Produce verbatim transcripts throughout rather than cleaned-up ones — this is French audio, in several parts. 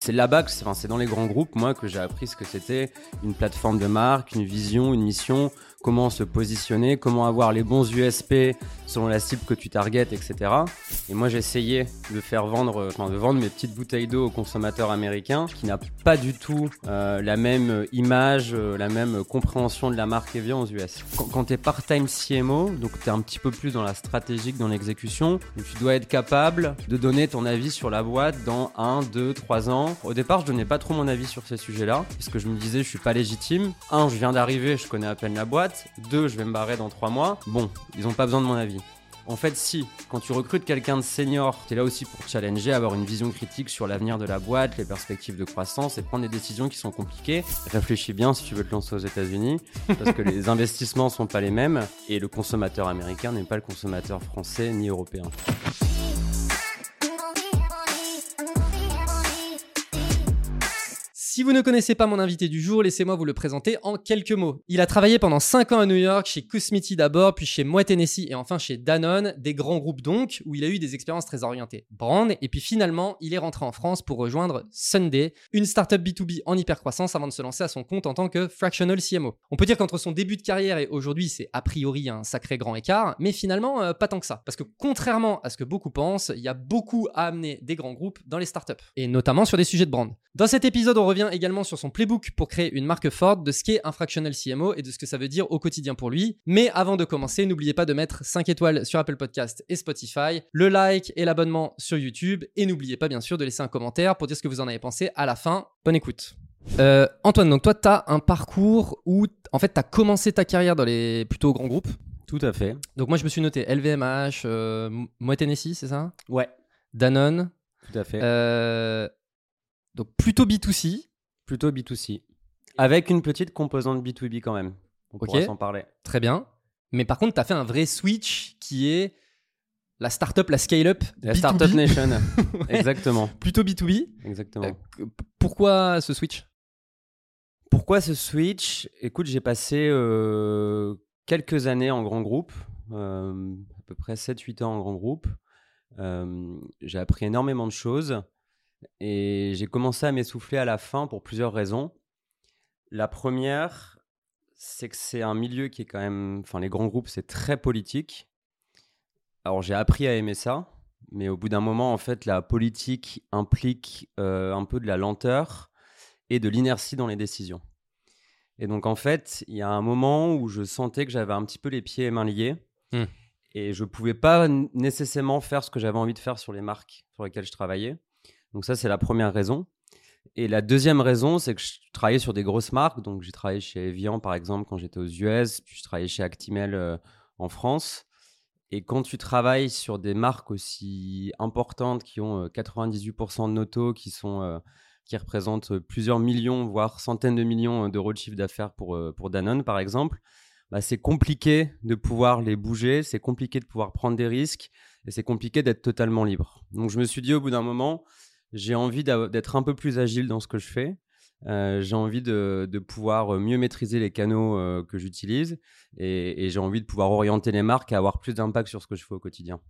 c'est là-bas, que c'est, enfin, c'est dans les grands groupes, moi, que j'ai appris ce que c'était une plateforme de marque, une vision, une mission, comment se positionner, comment avoir les bons U S P selon la cible que tu targetes, et cetera. Et moi, j'essayais de faire vendre, enfin, de vendre mes petites bouteilles d'eau aux consommateurs américains qui n'a pas du tout euh, la même image, euh, la même compréhension de la marque Evian aux U S. Quand, quand tu es part-time C M O, donc tu es un petit peu plus dans la stratégique, dans l'exécution, donc tu dois être capable de donner ton avis sur la boîte dans un, deux, trois ans. Au départ, je donnais pas trop mon avis sur ces sujets-là, parce que je me disais, je suis pas légitime. Un, je viens d'arriver, je connais à peine la boîte. Deux, je vais me barrer dans trois mois. Bon, ils ont pas besoin de mon avis. En fait, si, quand tu recrutes quelqu'un de senior, tu es là aussi pour challenger, avoir une vision critique sur l'avenir de la boîte, les perspectives de croissance et prendre des décisions qui sont compliquées. Réfléchis bien si tu veux te lancer aux États-Unis, parce que les investissements sont pas les mêmes et le consommateur américain n'est pas le consommateur français ni européen. Si vous ne connaissez pas mon invité du jour, laissez-moi vous le présenter en quelques mots. Il a travaillé pendant cinq ans à New York, chez Cosmiti d'abord, puis chez Moët Hennessy et enfin chez Danone, des grands groupes donc, où il a eu des expériences très orientées brand. Et puis finalement, il est rentré en France pour rejoindre Sunday, une startup B deux B en hypercroissance avant de se lancer à son compte en tant que fractional C M O. On peut dire qu'entre son début de carrière et aujourd'hui, c'est a priori un sacré grand écart, mais finalement, euh, pas tant que ça. Parce que contrairement à ce que beaucoup pensent, il y a beaucoup à amener des grands groupes dans les startups, et notamment sur des sujets de brand. Dans cet épisode, on revient également sur son playbook pour créer une marque forte, de ce qu'est un fractional C M O et de ce que ça veut dire au quotidien pour lui. Mais avant de commencer, n'oubliez pas de mettre cinq étoiles sur Apple Podcast et Spotify, le like et l'abonnement sur YouTube, et n'oubliez pas bien sûr de laisser un commentaire pour dire ce que vous en avez pensé à la fin. Bonne écoute. Euh, Antoine, donc toi, tu as un parcours où en fait, tu as commencé ta carrière dans les plutôt grands groupes. Tout à fait. Donc moi, je me suis noté L V M H, euh, Moët Hennessy, c'est ça ? Ouais. Danone. Tout à fait. Euh, donc plutôt B deux C. Plutôt B deux C. Avec une petite composante B deux B quand même. On Ok. pourra s'en parler. Très bien. Mais par contre, tu as fait un vrai switch qui est la startup, la scale-up. La B deux B. Startup Nation. Ouais. Exactement. Plutôt B deux B. Exactement. Euh, pourquoi ce switch ? Pourquoi ce switch ? Écoute, j'ai passé euh, quelques années en grand groupe, euh, à peu près sept huit ans en grand groupe. Euh, j'ai appris énormément de choses et j'ai commencé à m'essouffler à la fin pour plusieurs raisons. La première, c'est que c'est un milieu qui est quand même... Enfin, les grands groupes, c'est très politique. Alors, j'ai appris à aimer ça, mais au bout d'un moment, en fait, la politique implique euh, un peu de la lenteur et de l'inertie dans les décisions. Et donc, en fait, il y a un moment où je sentais que j'avais un petit peu les pieds et mains liés Mmh. et je ne pouvais pas n- nécessairement faire ce que j'avais envie de faire sur les marques sur lesquelles je travaillais. Donc ça, c'est la première raison. Et la deuxième raison, c'est que je travaillais sur des grosses marques. Donc, j'ai travaillé chez Evian, par exemple, quand j'étais aux U S, puis je travaillais chez Actimel euh, en France. Et quand tu travailles sur des marques aussi importantes qui ont euh, quatre-vingt-dix-huit pour cent de nos taux, qui, sont, euh, qui représentent euh, plusieurs millions, voire centaines de millions euh, d'euros de chiffre d'affaires pour, euh, pour Danone, par exemple, bah, c'est compliqué de pouvoir les bouger, c'est compliqué de pouvoir prendre des risques et c'est compliqué d'être totalement libre. Donc, je me suis dit au bout d'un moment, j'ai envie d'a- d'être un peu plus agile dans ce que je fais. Euh, j'ai envie de, de pouvoir mieux maîtriser les canaux euh, que j'utilise et, et j'ai envie de pouvoir orienter les marques et avoir plus d'impact sur ce que je fais au quotidien.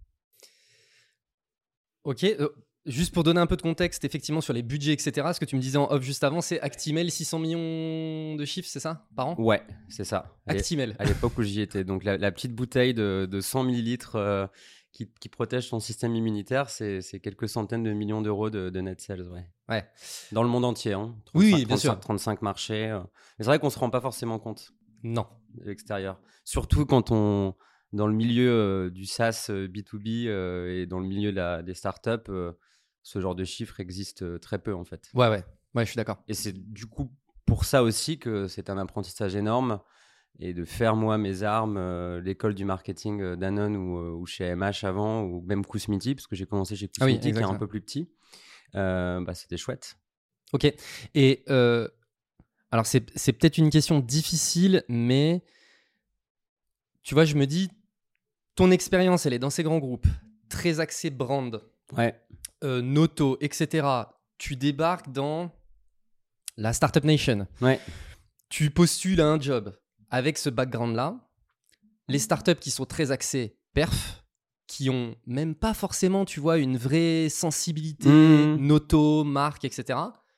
Ok, euh, juste pour donner un peu de contexte, effectivement, sur les budgets, et cetera, ce que tu me disais en off juste avant, c'est Actimel, six cents millions de chiffres, c'est ça, par an ? Ouais, c'est ça. À l'é- Actimel. À l'époque où j'y étais. Donc la, la petite bouteille de, de cent millilitres euh, qui, qui protège ton système immunitaire, c'est, c'est quelques centaines de millions d'euros de, de net sales. Ouais. Ouais. Dans le monde entier. Hein. Oui, trente-cinq, oui, bien sûr. trente-cinq, trente-cinq marchés. euh. Mais c'est vrai qu'on ne se rend pas forcément compte Non. de l'extérieur. Surtout quand on, dans le milieu euh, du SaaS euh, B deux B euh, et dans le milieu de la- des startups, euh, ce genre de chiffres existe euh, très peu en fait. Ouais, ouais. Ouais, je suis d'accord. Et c'est du coup pour ça aussi que c'est un apprentissage énorme et de faire moi mes armes, euh, l'école du marketing euh, Danone ou, euh, ou chez M H avant ou même Cosmiti, parce que j'ai commencé chez Ah oui, Cosmiti qui est exact, un ouais. peu plus petit. Euh, bah, c'était chouette. Ok. Et euh, alors, c'est, c'est peut-être une question difficile, mais tu vois, je me dis, ton expérience, elle est dans ces grands groupes, très axée brand, Ouais. euh, Noto, et cetera. Tu débarques dans la Startup Nation. Ouais. Tu postules à un job avec ce background-là. Les startups qui sont très axées perf, qui ont même pas forcément, tu vois, une vraie sensibilité, Mmh. noto, marque, et cetera.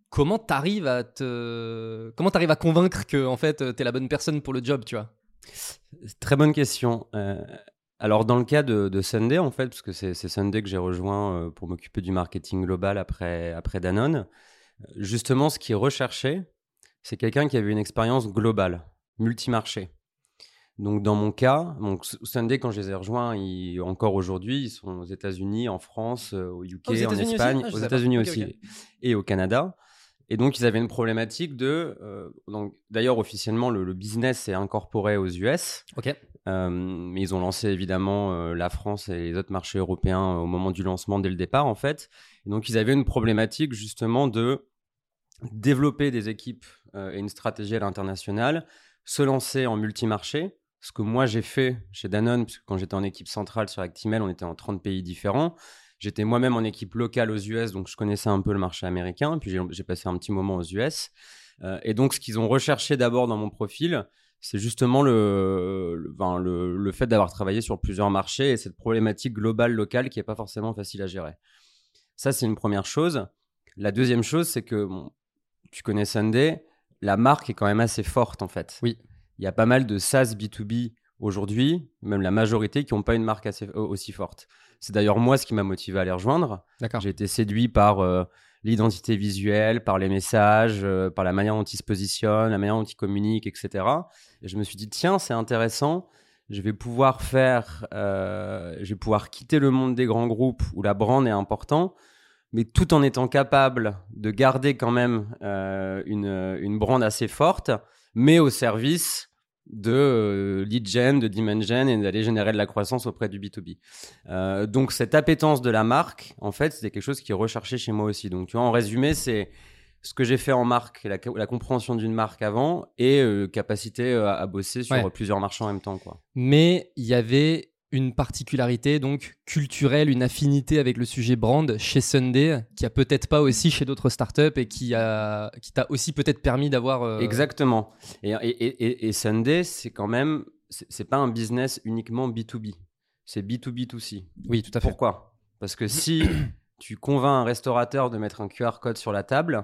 comment t'arrives à te, comment t'arrives à convaincre que en fait t'es la bonne personne pour le job, tu vois? Très bonne question. Euh, alors dans le cas de, de Sunday en fait, parce que c'est, c'est Sunday que j'ai rejoint euh, pour m'occuper du marketing global après après Danone. Justement, ce qui est recherché, c'est quelqu'un qui avait une expérience globale, multimarché. Donc dans mon cas, donc Sunday quand je les ai rejoints, ils, encore aujourd'hui, ils sont aux États-Unis, en France, euh, au U K, Oh, aux en États-Unis Espagne, aussi? Ah, je aux savais pas. États-Unis Ok, aussi ok. et au Canada. Et donc ils avaient une problématique de, euh, donc d'ailleurs officiellement le, le business est incorporé aux U S, Ok. euh, mais ils ont lancé évidemment euh, la France et les autres marchés européens euh, au moment du lancement dès le départ en fait. Et donc ils avaient une problématique justement de développer des équipes euh, et une stratégie à l'international, se lancer en multimarché, ce que moi j'ai fait chez Danone, puisque quand j'étais en équipe centrale sur Actimel, on était en trente pays différents. J'étais moi-même en équipe locale aux U S, donc je connaissais un peu le marché américain, puis j'ai, j'ai passé un petit moment aux U S. Euh, et donc ce qu'ils ont recherché d'abord dans mon profil, c'est justement le, le, enfin, le, le fait d'avoir travaillé sur plusieurs marchés et cette problématique globale locale qui n'est pas forcément facile à gérer. Ça, c'est une première chose. La deuxième chose, c'est que bon, tu connais Sunday, la marque est quand même assez forte en fait. Oui. Il y a pas mal de SaaS B deux B aujourd'hui, même la majorité, qui n'ont pas une marque assez, aussi forte. C'est d'ailleurs moi ce qui m'a motivé à les rejoindre. D'accord. J'ai été séduit par euh, l'identité visuelle, par les messages, euh, par la manière dont ils se positionnent, la manière dont ils communiquent, et cetera. Et je me suis dit, tiens, c'est intéressant. Je vais pouvoir faire, euh, je vais pouvoir quitter le monde des grands groupes où la brand est important, mais tout en étant capable de garder quand même euh, une, une brand assez forte, mais au service de euh, lead gen, de demand gen et d'aller générer de la croissance auprès du B deux B. Euh, donc cette appétence de la marque, en fait, c'était quelque chose qui est recherché chez moi aussi. Donc tu vois, en résumé, c'est ce que j'ai fait en marque, la, la compréhension d'une marque avant et euh, capacité à, à bosser sur Ouais. plusieurs marchés en même temps, quoi. Mais il y avait une particularité donc culturelle, une affinité avec le sujet brand chez Sunday, qui a peut-être pas aussi chez d'autres startups et qui a qui t'a aussi peut-être permis d'avoir. Euh... Exactement. Et, et, et, et Sunday, c'est quand même, c'est, c'est pas un business uniquement B deux B, c'est B deux B deux C. Oui, tout à fait. Pourquoi ? Parce que si tu convaincs un restaurateur de mettre un Q R code sur la table,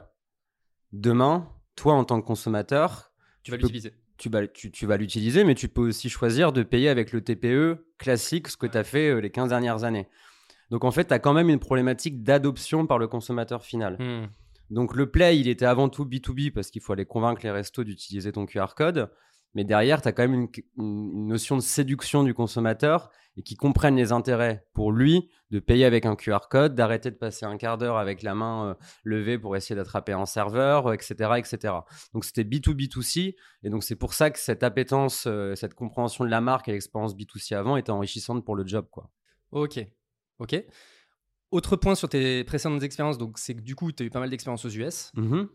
demain, toi en tant que consommateur, Tu vas peux, l'utiliser. Tu vas, tu, tu vas l'utiliser, mais tu peux aussi choisir de payer avec le T P E classique, ce que tu as fait euh, les quinze dernières années. Donc en fait, tu as quand même une problématique d'adoption par le consommateur final. Mmh. Donc le play, il était avant tout B deux B parce qu'il faut aller convaincre les restos d'utiliser ton Q R code. Mais derrière, tu as quand même une, une notion de séduction du consommateur et qui comprennent les intérêts pour lui de payer avec un Q R code, d'arrêter de passer un quart d'heure avec la main euh, levée pour essayer d'attraper un serveur, euh, et cetera, et cetera. Donc c'était B deux B deux C. Et donc c'est pour ça que cette appétence, euh, cette compréhension de la marque et l'expérience B deux C avant était enrichissante pour le job, quoi. Ok. Ok. Autre point sur tes précédentes expériences, donc c'est que du coup, tu as eu pas mal d'expériences aux U S. Mm-hmm.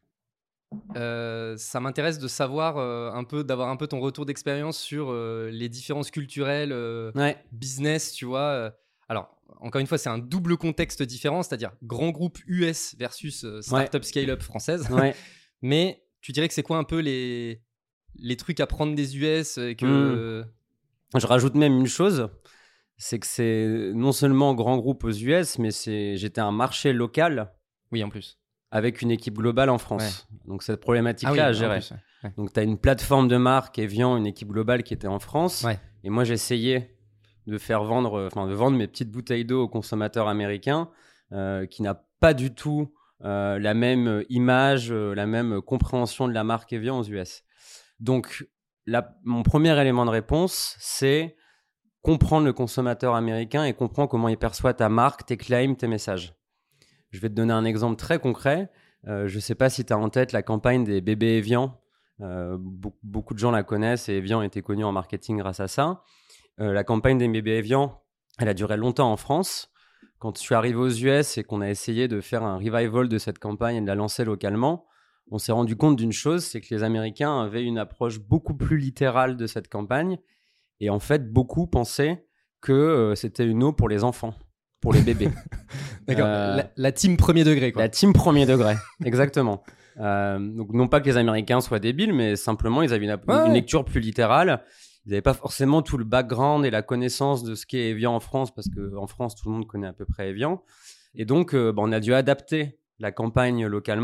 Euh, ça m'intéresse de savoir euh, un peu, d'avoir un peu ton retour d'expérience sur euh, les différences culturelles, euh, Ouais. business, tu vois. Euh, alors, encore une fois, c'est un double contexte différent, c'est-à-dire grand groupe U S versus euh, startup scale-up française. Ouais. Mais tu dirais que c'est quoi un peu les, les trucs à prendre des U S et que... mmh. Je rajoute même une chose, c'est que c'est non seulement grand groupe aux U S, mais c'est, j'étais un marché local. Oui, en plus. Avec une équipe globale en France. Ouais. Donc cette problématique-là ah oui, à gérer. Plus, ouais. Ouais. Donc tu as une plateforme de marque Evian, une équipe globale qui était en France. Ouais. Et moi j'essayais de faire vendre, enfin de vendre mes petites bouteilles d'eau aux consommateurs américains, euh, qui n'a pas du tout euh, la même image, euh, la même compréhension de la marque Evian aux U S. Donc la, mon premier élément de réponse, c'est comprendre le consommateur américain et comprendre comment il perçoit ta marque, tes claims, tes messages. Je vais te donner un exemple très concret. Euh, je ne sais pas si tu as en tête la campagne des bébés Evian. Euh, be- beaucoup de gens la connaissent et Evian était connu en marketing grâce à ça. Euh, la campagne des bébés Evian, elle a duré longtemps en France. Quand je suis arrivé aux U S et qu'on a essayé de faire un revival de cette campagne et de la lancer localement, on s'est rendu compte d'une chose, c'est que les Américains avaient une approche beaucoup plus littérale de cette campagne. Et en fait, beaucoup pensaient que euh, c'était une eau pour les enfants. Pour les bébés. D'accord, euh, la, la team premier degré, quoi. La team premier degré, exactement. Euh, donc, non pas que les Américains soient débiles, mais simplement, ils avaient une, ouais, une lecture plus littérale. Ils n'avaient pas forcément tout le background et la connaissance de ce qu'est Evian en France, parce qu'en France, tout le monde connaît à peu près Evian. Et donc, euh, bah, on a dû adapter la campagne localement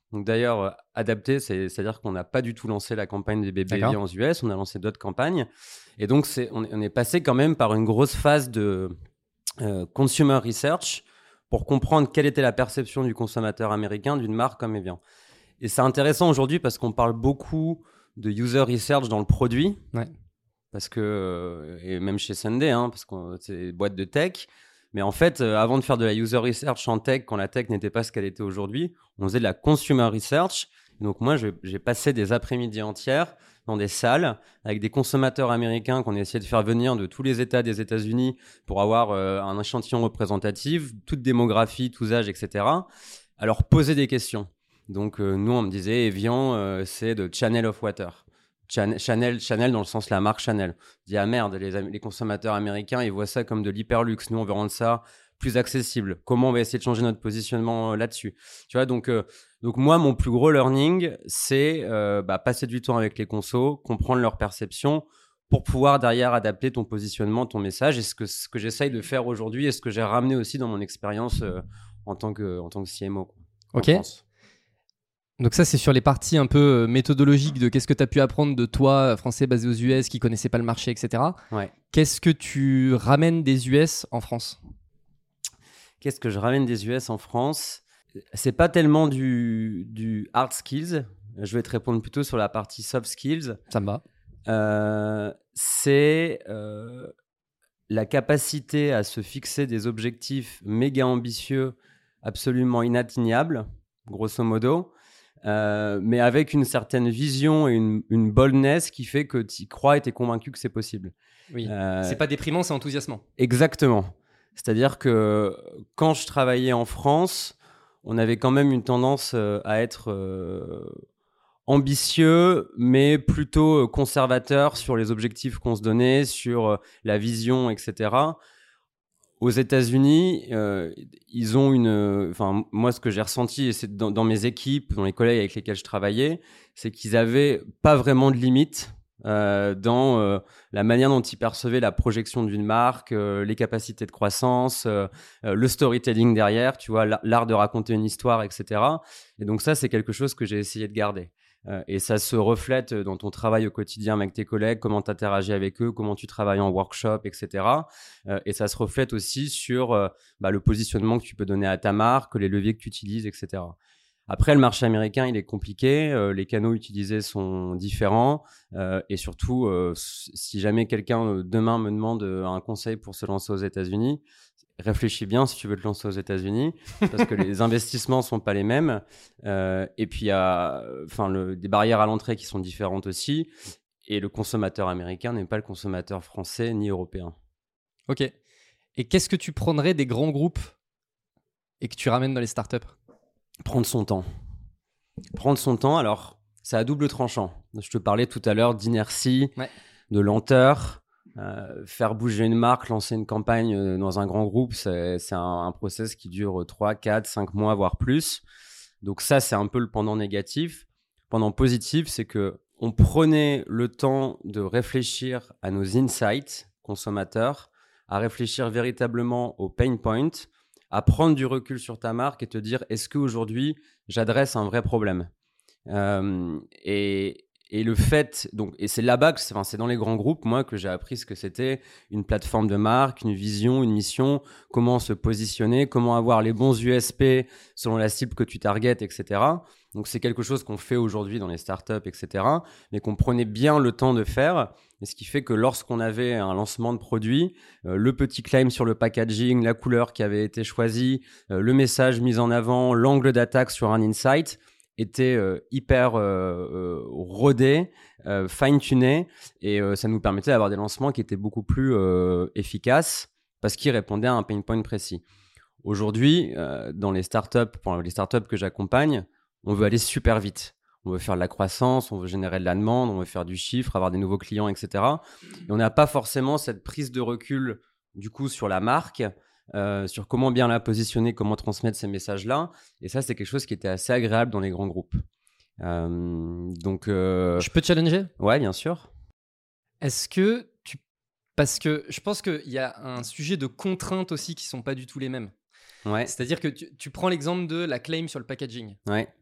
Donc d'ailleurs, euh, adapté, c'est, c'est-à-dire qu'on n'a pas du tout lancé la campagne des B B V D'accord. en U S, on a lancé d'autres campagnes. Et donc, c'est, on, est- on est passé quand même par une grosse phase de euh, consumer research pour comprendre quelle était la perception du consommateur américain d'une marque comme Evian. Et c'est intéressant aujourd'hui parce qu'on parle beaucoup de user research dans le produit, Ouais. parce que, euh, et même chez Sunday, hein, parce que c'est une boîte de tech. Mais en fait, euh, avant de faire de la user research en tech, quand la tech n'était pas ce qu'elle était aujourd'hui, on faisait de la consumer research. Et donc moi, je- j'ai passé des après-midi entières dans des salles avec des consommateurs américains qu'on essayait de faire venir de tous les États des États-Unis pour avoir euh, un échantillon représentatif, toute démographie, tous âges, et cetera. Alors poser des questions. Donc euh, nous, on me disait, Evian, euh, c'est de Channel of Water. Chan- Chanel, Chanel dans le sens la marque Chanel. On dit, ah merde, les, am- les consommateurs américains, ils voient ça comme de l'hyperluxe. Nous, on veut rendre ça plus accessible. Comment on va essayer de changer notre positionnement euh, là-dessus? Tu vois, donc, euh, donc moi, mon plus gros learning, c'est euh, bah, passer du temps avec les consos, comprendre leur perception pour pouvoir derrière adapter ton positionnement, ton message. Et ce que, ce que j'essaye de faire aujourd'hui et ce que j'ai ramené aussi dans mon expérience euh, en tant que, en tant que C M O quoi, en Ok. France. Donc ça, c'est sur les parties un peu euh, méthodologiques de qu'est-ce que tu as pu apprendre de toi, Français basé aux U S, qui connaissait pas le marché, et cetera. Ouais. Qu'est-ce que tu ramènes des U S en France? Qu'est-ce que je ramène des U S en France? C'est pas tellement du, du hard skills. Je vais te répondre plutôt sur la partie soft skills. Ça me va. Euh, c'est euh, la capacité à se fixer des objectifs méga ambitieux, absolument inatteignables, grosso modo, euh, mais avec une certaine vision et une, une boldness qui fait que tu y crois et tu es convaincu que c'est possible. Oui. Euh, C'est pas déprimant, c'est enthousiasmant. Exactement. C'est-à-dire que quand je travaillais en France, on avait quand même une tendance euh, à être euh, ambitieux, mais plutôt euh, conservateur sur les objectifs qu'on se donnait, sur euh, la vision, et cetera. Aux États-Unis, euh, ils ont une. Enfin, moi, ce que j'ai ressenti, et c'est dans, dans mes équipes, dans les collègues avec lesquels je travaillais, c'est qu'ils avaient pas vraiment de limite euh, dans euh, la manière dont ils percevaient la projection d'une marque, euh, les capacités de croissance, euh, euh, le storytelling derrière, tu vois, l'art de raconter une histoire, et cetera. Et donc ça, c'est quelque chose que j'ai essayé de garder. Euh, et ça se reflète dans ton travail au quotidien avec tes collègues, comment tu interagis avec eux, comment tu travailles en workshop, et cetera. Euh, et ça se reflète aussi sur euh, bah, le positionnement que tu peux donner à ta marque, les leviers que tu utilises, et cetera. Après, le marché américain, il est compliqué. Euh, les canaux utilisés sont différents. Euh, et surtout, euh, si jamais quelqu'un euh, demain me demande euh, un conseil pour se lancer aux États-Unis, réfléchis bien si tu veux te lancer aux États-Unis, parce que les investissements sont pas les mêmes. Euh, et puis, il y a enfin, le, des barrières à l'entrée qui sont différentes aussi. Et le consommateur américain n'est pas le consommateur français ni européen. Ok. Et qu'est-ce que tu prendrais des grands groupes et que tu ramènes dans les startups? Prendre son temps. Prendre son temps, alors, c'est à double tranchant. Je te parlais tout à l'heure d'inertie, Ouais. de lenteur. Euh, faire bouger une marque, lancer une campagne euh, dans un grand groupe, c'est, c'est un, un process qui dure trois, quatre, cinq mois, voire plus. Donc ça, c'est un peu le pendant négatif. Pendant positif, c'est que on prenait le temps de réfléchir à nos insights consommateurs, à réfléchir véritablement aux pain points, à prendre du recul sur ta marque et te dire est-ce qu'aujourd'hui j'adresse un vrai problème. Euh, et, et le fait, donc, et c'est là-bas que c'est, enfin, c'est dans les grands groupes, moi, que j'ai appris ce que c'était une plateforme de marque, une vision, une mission, comment se positionner, comment avoir les bons U S P selon la cible que tu targetes, et cetera. Donc, c'est quelque chose qu'on fait aujourd'hui dans les startups, et cetera, mais qu'on prenait bien le temps de faire. Et ce qui fait que lorsqu'on avait un lancement de produit, euh, le petit claim sur le packaging, la couleur qui avait été choisie, euh, le message mis en avant, l'angle d'attaque sur un insight, était euh, hyper euh, euh, rodé, euh, fine-tuné, et euh, ça nous permettait d'avoir des lancements qui étaient beaucoup plus euh, efficaces parce qu'ils répondaient à un pain point précis. Aujourd'hui, euh, dans les startups, pour les startups que j'accompagne, on veut aller super vite. On veut faire de la croissance, on veut générer de la demande, on veut faire du chiffre, avoir des nouveaux clients, et cetera. Et on n'a pas forcément cette prise de recul du coup sur la marque, euh, sur comment bien la positionner, comment transmettre ces messages-là. Et ça, c'est quelque chose qui était assez agréable dans les grands groupes. Euh, donc, euh, Je peux te challenger? ouais, bien sûr. Est-ce que tu... Parce que je pense qu'il y a un sujet de contraintes aussi qui sont pas du tout les mêmes. Ouais, C'est-à-dire que tu, tu prends l'exemple de la claim sur le packaging. ouais.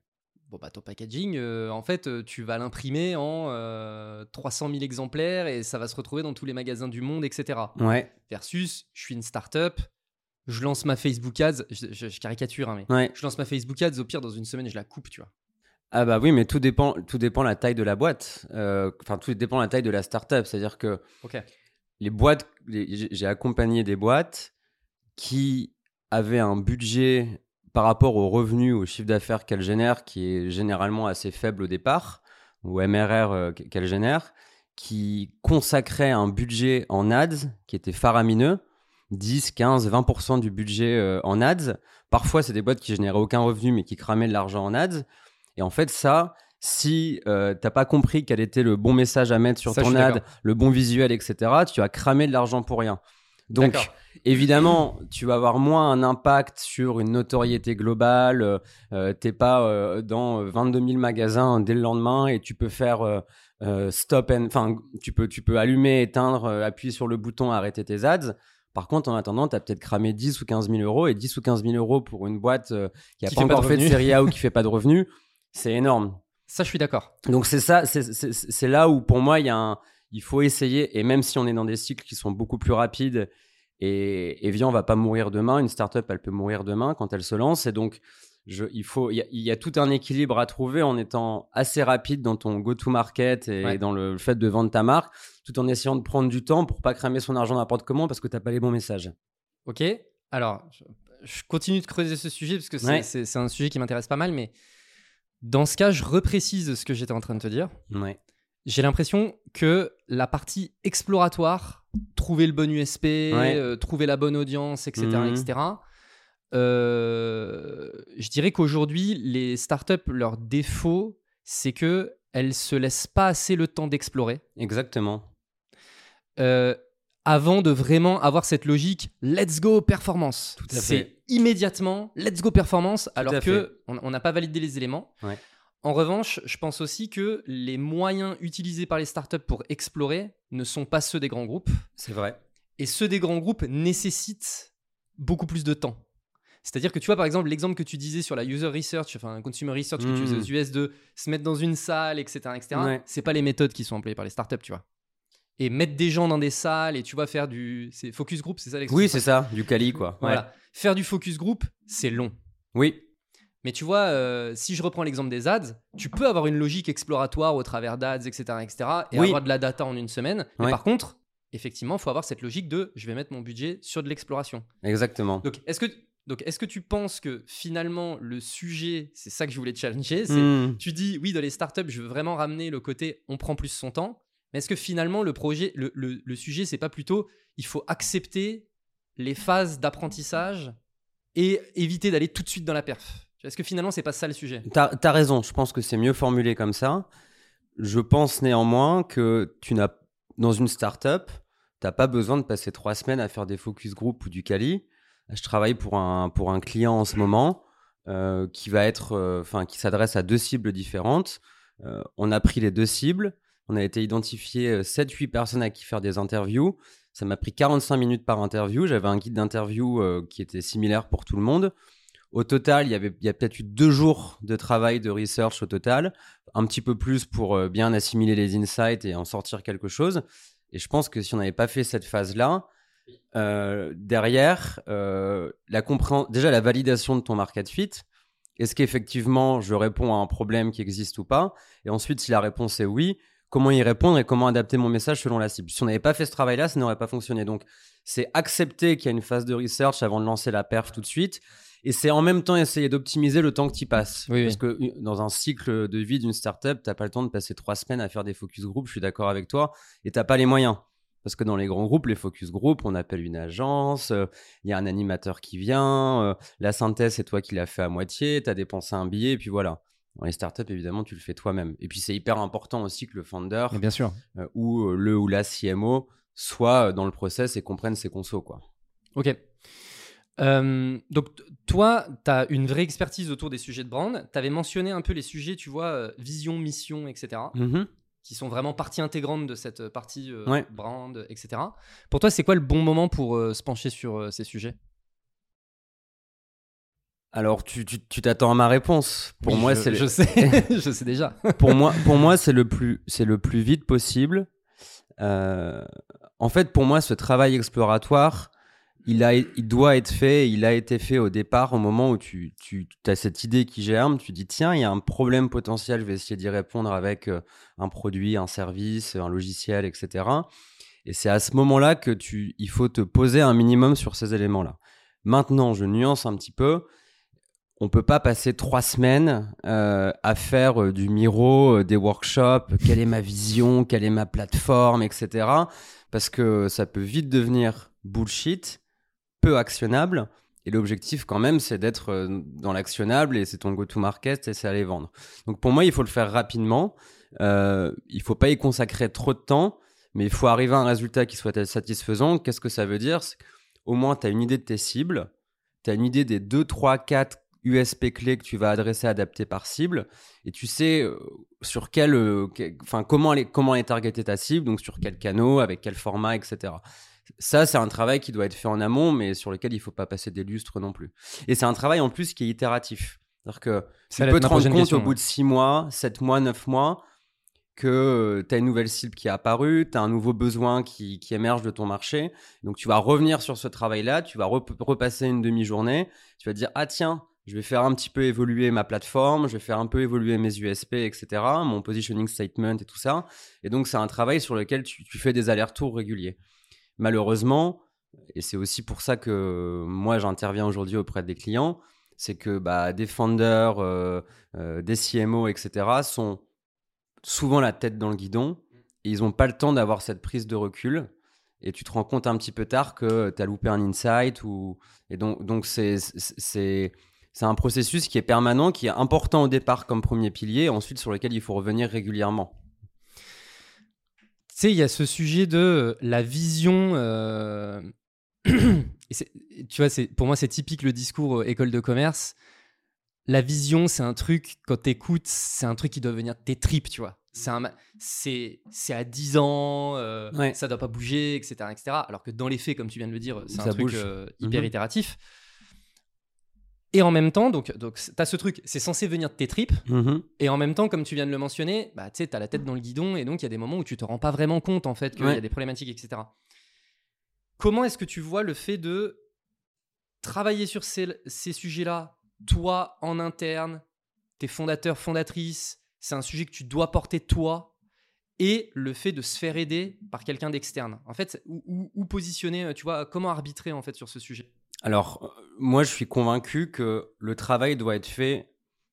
bon, bah, ton packaging, euh, en fait, euh, tu vas l'imprimer en euh, trois cent mille exemplaires et ça va se retrouver dans tous les magasins du monde, et cetera. Ouais. Versus, je suis une start-up, je lance ma Facebook Ads, je, je- je caricature, hein, mais Ouais. je lance ma Facebook Ads, au pire, dans une semaine, je la coupe, tu vois. Ah bah oui, mais tout dépend, tout dépend la taille de la boîte. Euh, Enfin, tout dépend la taille de la startup. C'est-à-dire que Ok. les boîtes, les- j'ai j'ai accompagné des boîtes qui avaient un budget par rapport aux revenus, au chiffre d'affaires qu'elles génèrent, qui est généralement assez faible au départ, ou M R R euh, qu'elles génèrent, qui consacraient un budget en ads qui était faramineux, dix, quinze, vingt pour cent du budget euh, en ads. Parfois, c'est des boîtes qui généraient aucun revenu, mais qui cramaient de l'argent en ads. Et en fait, ça, si euh, t'as pas compris quel était le bon message à mettre sur Ça, je ton suis ad, d'accord. le bon visuel, et cetera, tu vas cramer de l'argent pour rien. Donc, D'accord. évidemment, tu vas avoir moins un impact sur une notoriété globale. Euh, euh, t'es pas euh, dans vingt-deux mille magasins dès le lendemain et tu peux faire euh, euh, stop and, enfin, tu peux, tu peux allumer, éteindre, euh, appuyer sur le bouton, arrêter tes ads. Par contre, en attendant, tu as peut-être cramé dix ou quinze mille euros et dix ou quinze mille euros pour une boîte euh, qui n'a Qui pas fait pas encore de fait de revenus. série A ou qui fait pas de revenus. C'est énorme. Ça, je suis d'accord. Donc c'est ça, c'est, c'est, c'est là où pour moi il y a un, il faut essayer. Et même si on est dans des cycles qui sont beaucoup plus rapides, et Evian va pas mourir demain, une startup elle peut mourir demain quand elle se lance. Et donc je, il faut, il y, a, il y a tout un équilibre à trouver en étant assez rapide dans ton go-to-market et Ouais. dans le fait de vendre ta marque, tout en essayant de prendre du temps pour pas cramer son argent n'importe comment parce que t'as pas les bons messages. Ok. Alors, je, je continue de creuser ce sujet parce que c'est Ouais. c'est- c'est un sujet qui m'intéresse pas mal, mais dans ce cas, je reprécise ce que j'étais en train de te dire. Ouais. J'ai l'impression que la partie exploratoire, trouver le bon U S P, Ouais. euh, trouver la bonne audience, et cetera, Mhm. et cetera. euh, je dirais qu'aujourd'hui, les startups, leur défaut, c'est que elles se laissent pas assez le temps d'explorer Exactement. euh, avant de vraiment avoir cette logique let's go performance. Tout à C'est fait. immédiatement let's go performance, alors à que on on n'a pas validé les éléments. Ouais. En revanche, je pense aussi que les moyens utilisés par les startups pour explorer ne sont pas ceux des grands groupes. C'est vrai. Et ceux des grands groupes nécessitent beaucoup plus de temps. C'est-à-dire que tu vois, par exemple, l'exemple que tu disais sur la user research, enfin, consumer research que tu faisais Mhm. aux U S de se mettre dans une salle, et cetera, et cetera. Ouais. C'est pas les méthodes qui sont employées par les startups, tu vois. Et mettre des gens dans des salles et tu vois faire du c'est focus group, c'est ça l'expression. Oui, c'est ça, du Cali quoi. Ouais. Voilà. Faire du focus group, c'est long. Oui. Mais tu vois, euh, si je reprends l'exemple des ads, tu peux avoir une logique exploratoire au travers d'ads, et cetera, et cetera, et Oui. avoir de la data en une semaine. Mais Ouais. par contre, effectivement, il faut avoir cette logique de je vais mettre mon budget sur de l'exploration. Exactement. Donc, est-ce que, donc, est-ce que tu penses que finalement, le sujet, c'est ça que je voulais te challenger, c'est Hmm. tu dis oui, dans les startups, je veux vraiment ramener le côté on prend plus son temps. Mais est-ce que finalement, le projet, le, le, le sujet, c'est pas plutôt il faut accepter les phases d'apprentissage et éviter d'aller tout de suite dans la perf? Est-ce que finalement, c'est pas ça le sujet? T'as, t'as raison, je pense que c'est mieux formulé comme ça. Je pense néanmoins que tu n'as, dans une startup, t'as pas besoin de passer trois semaines à faire des focus group ou du Cali. Je travaille pour un, pour un client en ce moment euh, qui va être, enfin, qui s'adresse à deux cibles différentes. Euh, on a pris les deux cibles. On a été identifié sept huit personnes à qui faire des interviews. Ça m'a pris quarante-cinq minutes par interview. J'avais un guide d'interview euh, qui était similaire pour tout le monde. Au total, il y avait, il y a peut-être eu deux jours de travail de research au total, un petit peu plus pour euh, bien assimiler les insights et en sortir quelque chose. Et je pense que si on n'avait pas fait cette phase-là, euh, derrière, euh, la compré- déjà la validation de ton market fit, est-ce qu'effectivement je réponds à un problème qui existe ou pas? Et ensuite, si la réponse est oui, comment y répondre et comment adapter mon message selon la cible? Si on n'avait pas fait ce travail-là, ça n'aurait pas fonctionné. Donc, c'est accepter qu'il y a une phase de research avant de lancer la perf tout de suite. Et c'est en même temps essayer d'optimiser le temps que tu y passes. Oui, Parce oui. que dans un cycle de vie d'une startup, tu n'as pas le temps de passer trois semaines à faire des focus group, je suis d'accord avec toi, et tu n'as pas les moyens. Parce que dans les grands groupes, les focus group, on appelle une agence, il euh, y a un animateur qui vient, euh, la synthèse, c'est toi qui l'as fait à moitié, tu as dépensé un billet, et puis voilà. Dans les startups, évidemment, tu le fais toi-même. Et puis, c'est hyper important aussi que le founder Mais bien sûr. euh, ou euh, le ou la C M O soit dans le process et comprenne ses consos, quoi. Ok. Euh, donc, t- toi, tu as une vraie expertise autour des sujets de brand. Tu avais mentionné un peu les sujets, tu vois, euh, vision, mission, et cetera, Mm-hmm. qui sont vraiment partie intégrante de cette partie euh, Ouais. brand, et cetera. Pour toi, c'est quoi le bon moment pour euh, se pencher sur euh, ces sujets? Alors, tu, tu, tu t'attends à ma réponse. Pour Oui, moi, je, c'est le- je sais, je sais déjà. pour moi, pour moi, c'est le plus, c'est le plus vite possible. Euh, En fait, pour moi, ce travail exploratoire, il a, il doit être fait. Il a été fait au départ, au moment où tu, tu as cette idée qui germe. Tu dis, tiens, il y a un problème potentiel. Je vais essayer d'y répondre avec euh, un produit, un service, un logiciel, et cetera. Et c'est à ce moment-là que tu, il faut te poser un minimum sur ces éléments-là. Maintenant, je nuance un petit peu. On peut pas passer trois semaines euh, à faire euh, du Miro, euh, des workshops, quelle est ma vision, quelle est ma plateforme, et cetera. Parce que ça peut vite devenir bullshit, peu actionnable. Et l'objectif, quand même, c'est d'être euh, dans l'actionnable et c'est ton go-to-market et c'est aller vendre. Donc pour moi, il faut le faire rapidement. Euh, il faut pas y consacrer trop de temps, mais il faut arriver à un résultat qui soit satisfaisant. Qu'est-ce que ça veut dire? C'est qu'au moins, tu as une idée de tes cibles, tu as une idée des deux, trois, quatre U S P clés que tu vas adresser, adapter par cible, et tu sais euh, sur quel, euh, que- enfin comment aller, comment aller targeter ta cible, donc sur quel canal, avec quel format, et cetera. Ça, c'est un travail qui doit être fait en amont, mais sur lequel il ne faut pas passer des lustres non plus. Et c'est un travail en plus qui est itératif. C'est-à-dire que Ça tu allait peux être te ma rendre prochaine compte question, au bout ouais. de six mois, sept mois, neuf mois, que tu as une nouvelle cible qui est apparue, tu as un nouveau besoin qui, qui émerge de ton marché. Donc, tu vas revenir sur ce travail-là, tu vas rep- repasser une demi-journée, tu vas te dire, ah tiens, je vais faire un petit peu évoluer ma plateforme, je vais faire un peu évoluer mes U S P, et cetera, mon positioning statement et tout ça. Et donc, c'est un travail sur lequel tu, tu fais des allers-retours réguliers. Malheureusement, et c'est aussi pour ça que moi, j'interviens aujourd'hui auprès des clients, c'est que bah, des founders, euh, euh, des C M O, et cetera, sont souvent la tête dans le guidon et ils n'ont pas le temps d'avoir cette prise de recul. Et tu te rends compte un petit peu tard que tu as loupé un insight. Ou... Et donc, donc c'est, c'est, c'est un processus qui est permanent, qui est important au départ comme premier pilier, ensuite sur lequel il faut revenir régulièrement. Tu sais, il y a ce sujet de euh, la vision. euh, et c'est- tu vois, c'est, pour moi, c'est typique le discours euh, école de commerce. La vision, c'est un truc, quand t'écoutes, c'est un truc qui doit venir de tes tripes, tu vois. C'est, un, ma- c'est, c'est à dix ans, euh, Ouais, ça doit pas bouger, et cetera, et cetera. Alors que dans les faits, comme tu viens de le dire, c'est un ça truc bouge. euh, hyper Mhm. itératif. Et en même temps, donc, donc t'as ce truc, c'est censé venir de tes tripes. Mhm. Et en même temps, comme tu viens de le mentionner, bah, tu sais, t'as la tête dans le guidon et donc il y a des moments où tu te rends pas vraiment compte en fait qu'il y Ouais. a des problématiques, et cetera. Comment est-ce que tu vois le fait de travailler sur ces, ces sujets-là, toi en interne, tes fondateurs, fondatrices, c'est un sujet que tu dois porter toi, et le fait de se faire aider par quelqu'un d'externe. En fait, où, où- où positionner, tu vois, comment arbitrer en fait sur ce sujet? Alors, euh, moi, je suis convaincu que le travail doit être fait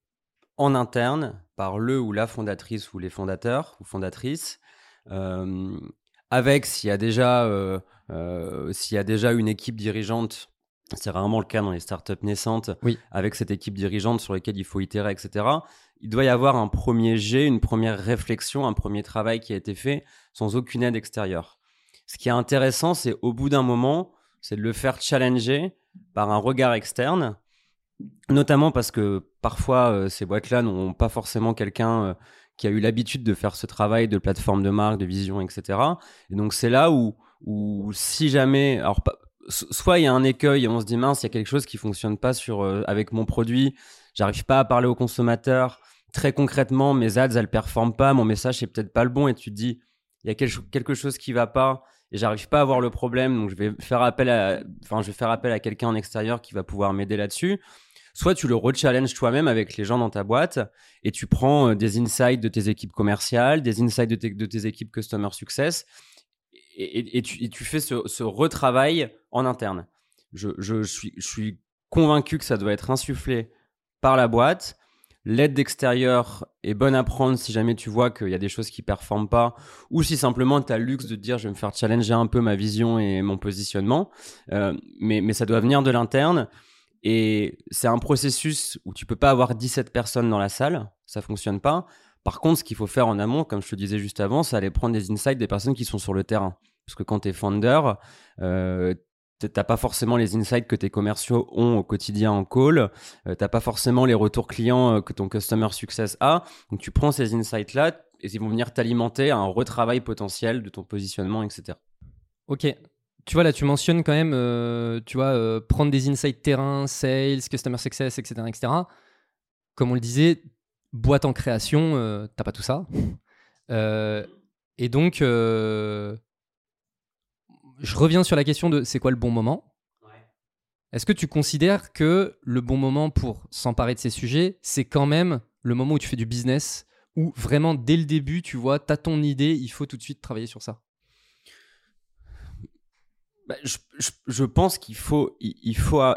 en interne par le ou la fondatrice ou les fondateurs ou fondatrices, euh, avec s'il y a déjà euh, euh, s'il y a déjà une équipe dirigeante, c'est rarement le cas dans les startups naissantes, Oui. avec cette équipe dirigeante sur laquelle il faut itérer, et cetera. Il doit y avoir un premier jet, une première réflexion, un premier travail qui a été fait sans aucune aide extérieure. Ce qui est intéressant, c'est au bout d'un moment, c'est de le faire challenger par un regard externe, notamment parce que parfois, euh, ces boîtes-là n'ont pas forcément quelqu'un euh, qui a eu l'habitude de faire ce travail de plateforme de marque, de vision, et cetera. Et donc, c'est là où, où si jamais... Alors, pas- so- soit il y a un écueil et on se dit, mince, il y a quelque chose qui fonctionne pas sur, euh, avec mon produit, j'arrive pas à parler au consommateur. Très concrètement, mes ads, elles performent pas, mon message, c'est peut-être pas le bon. Et tu te dis, il y a quelque, quelque chose qui va pas et j'arrive pas à voir le problème. Donc, je vais faire appel à, enfin, je vais faire appel à quelqu'un en extérieur qui va pouvoir m'aider là-dessus. Soit tu le rechallenges toi-même avec les gens dans ta boîte et tu prends euh, des insights de tes équipes commerciales, des insights de tes, de tes équipes Customer Success et, et- et tu, et tu fais ce, ce retravail en interne. Je, je suis, je suis convaincu que ça doit être insufflé par la boîte. L'aide d'extérieur est bonne à prendre si jamais tu vois qu'il y a des choses qui ne performent pas ou si simplement tu as le luxe de te dire je vais me faire challenger un peu ma vision et mon positionnement. Euh, mais, mais ça doit venir de l'interne. Et c'est un processus où tu peux pas avoir dix-sept personnes dans la salle, ça fonctionne pas. Par contre, ce qu'il faut faire en amont, comme je te disais juste avant, c'est aller prendre des insights des personnes qui sont sur le terrain. Parce que quand tu es founder, euh, t'as pas forcément les insights que tes commerciaux ont au quotidien en call, euh, t'as pas forcément les retours clients euh, que ton customer success a. Donc tu prends ces insights-là et ils vont venir t'alimenter à un retravail potentiel de ton positionnement, et cetera. Ok. tu vois, là, tu mentionnes quand même, euh, tu vois, euh, prendre des insights terrain, sales, customer success, et cetera, et cetera. Comme on le disait, boîte en création, euh, t'as pas tout ça. Euh, et donc, euh, je reviens sur la question de c'est quoi le bon moment. Ouais. Est-ce que tu considères que le bon moment pour s'emparer de ces sujets, c'est quand même le moment où tu fais du business, où vraiment dès le début, tu vois, t'as ton idée, il faut tout de suite travailler sur ça? Bah, je, je, je pense qu'il faut, il, il faut, euh,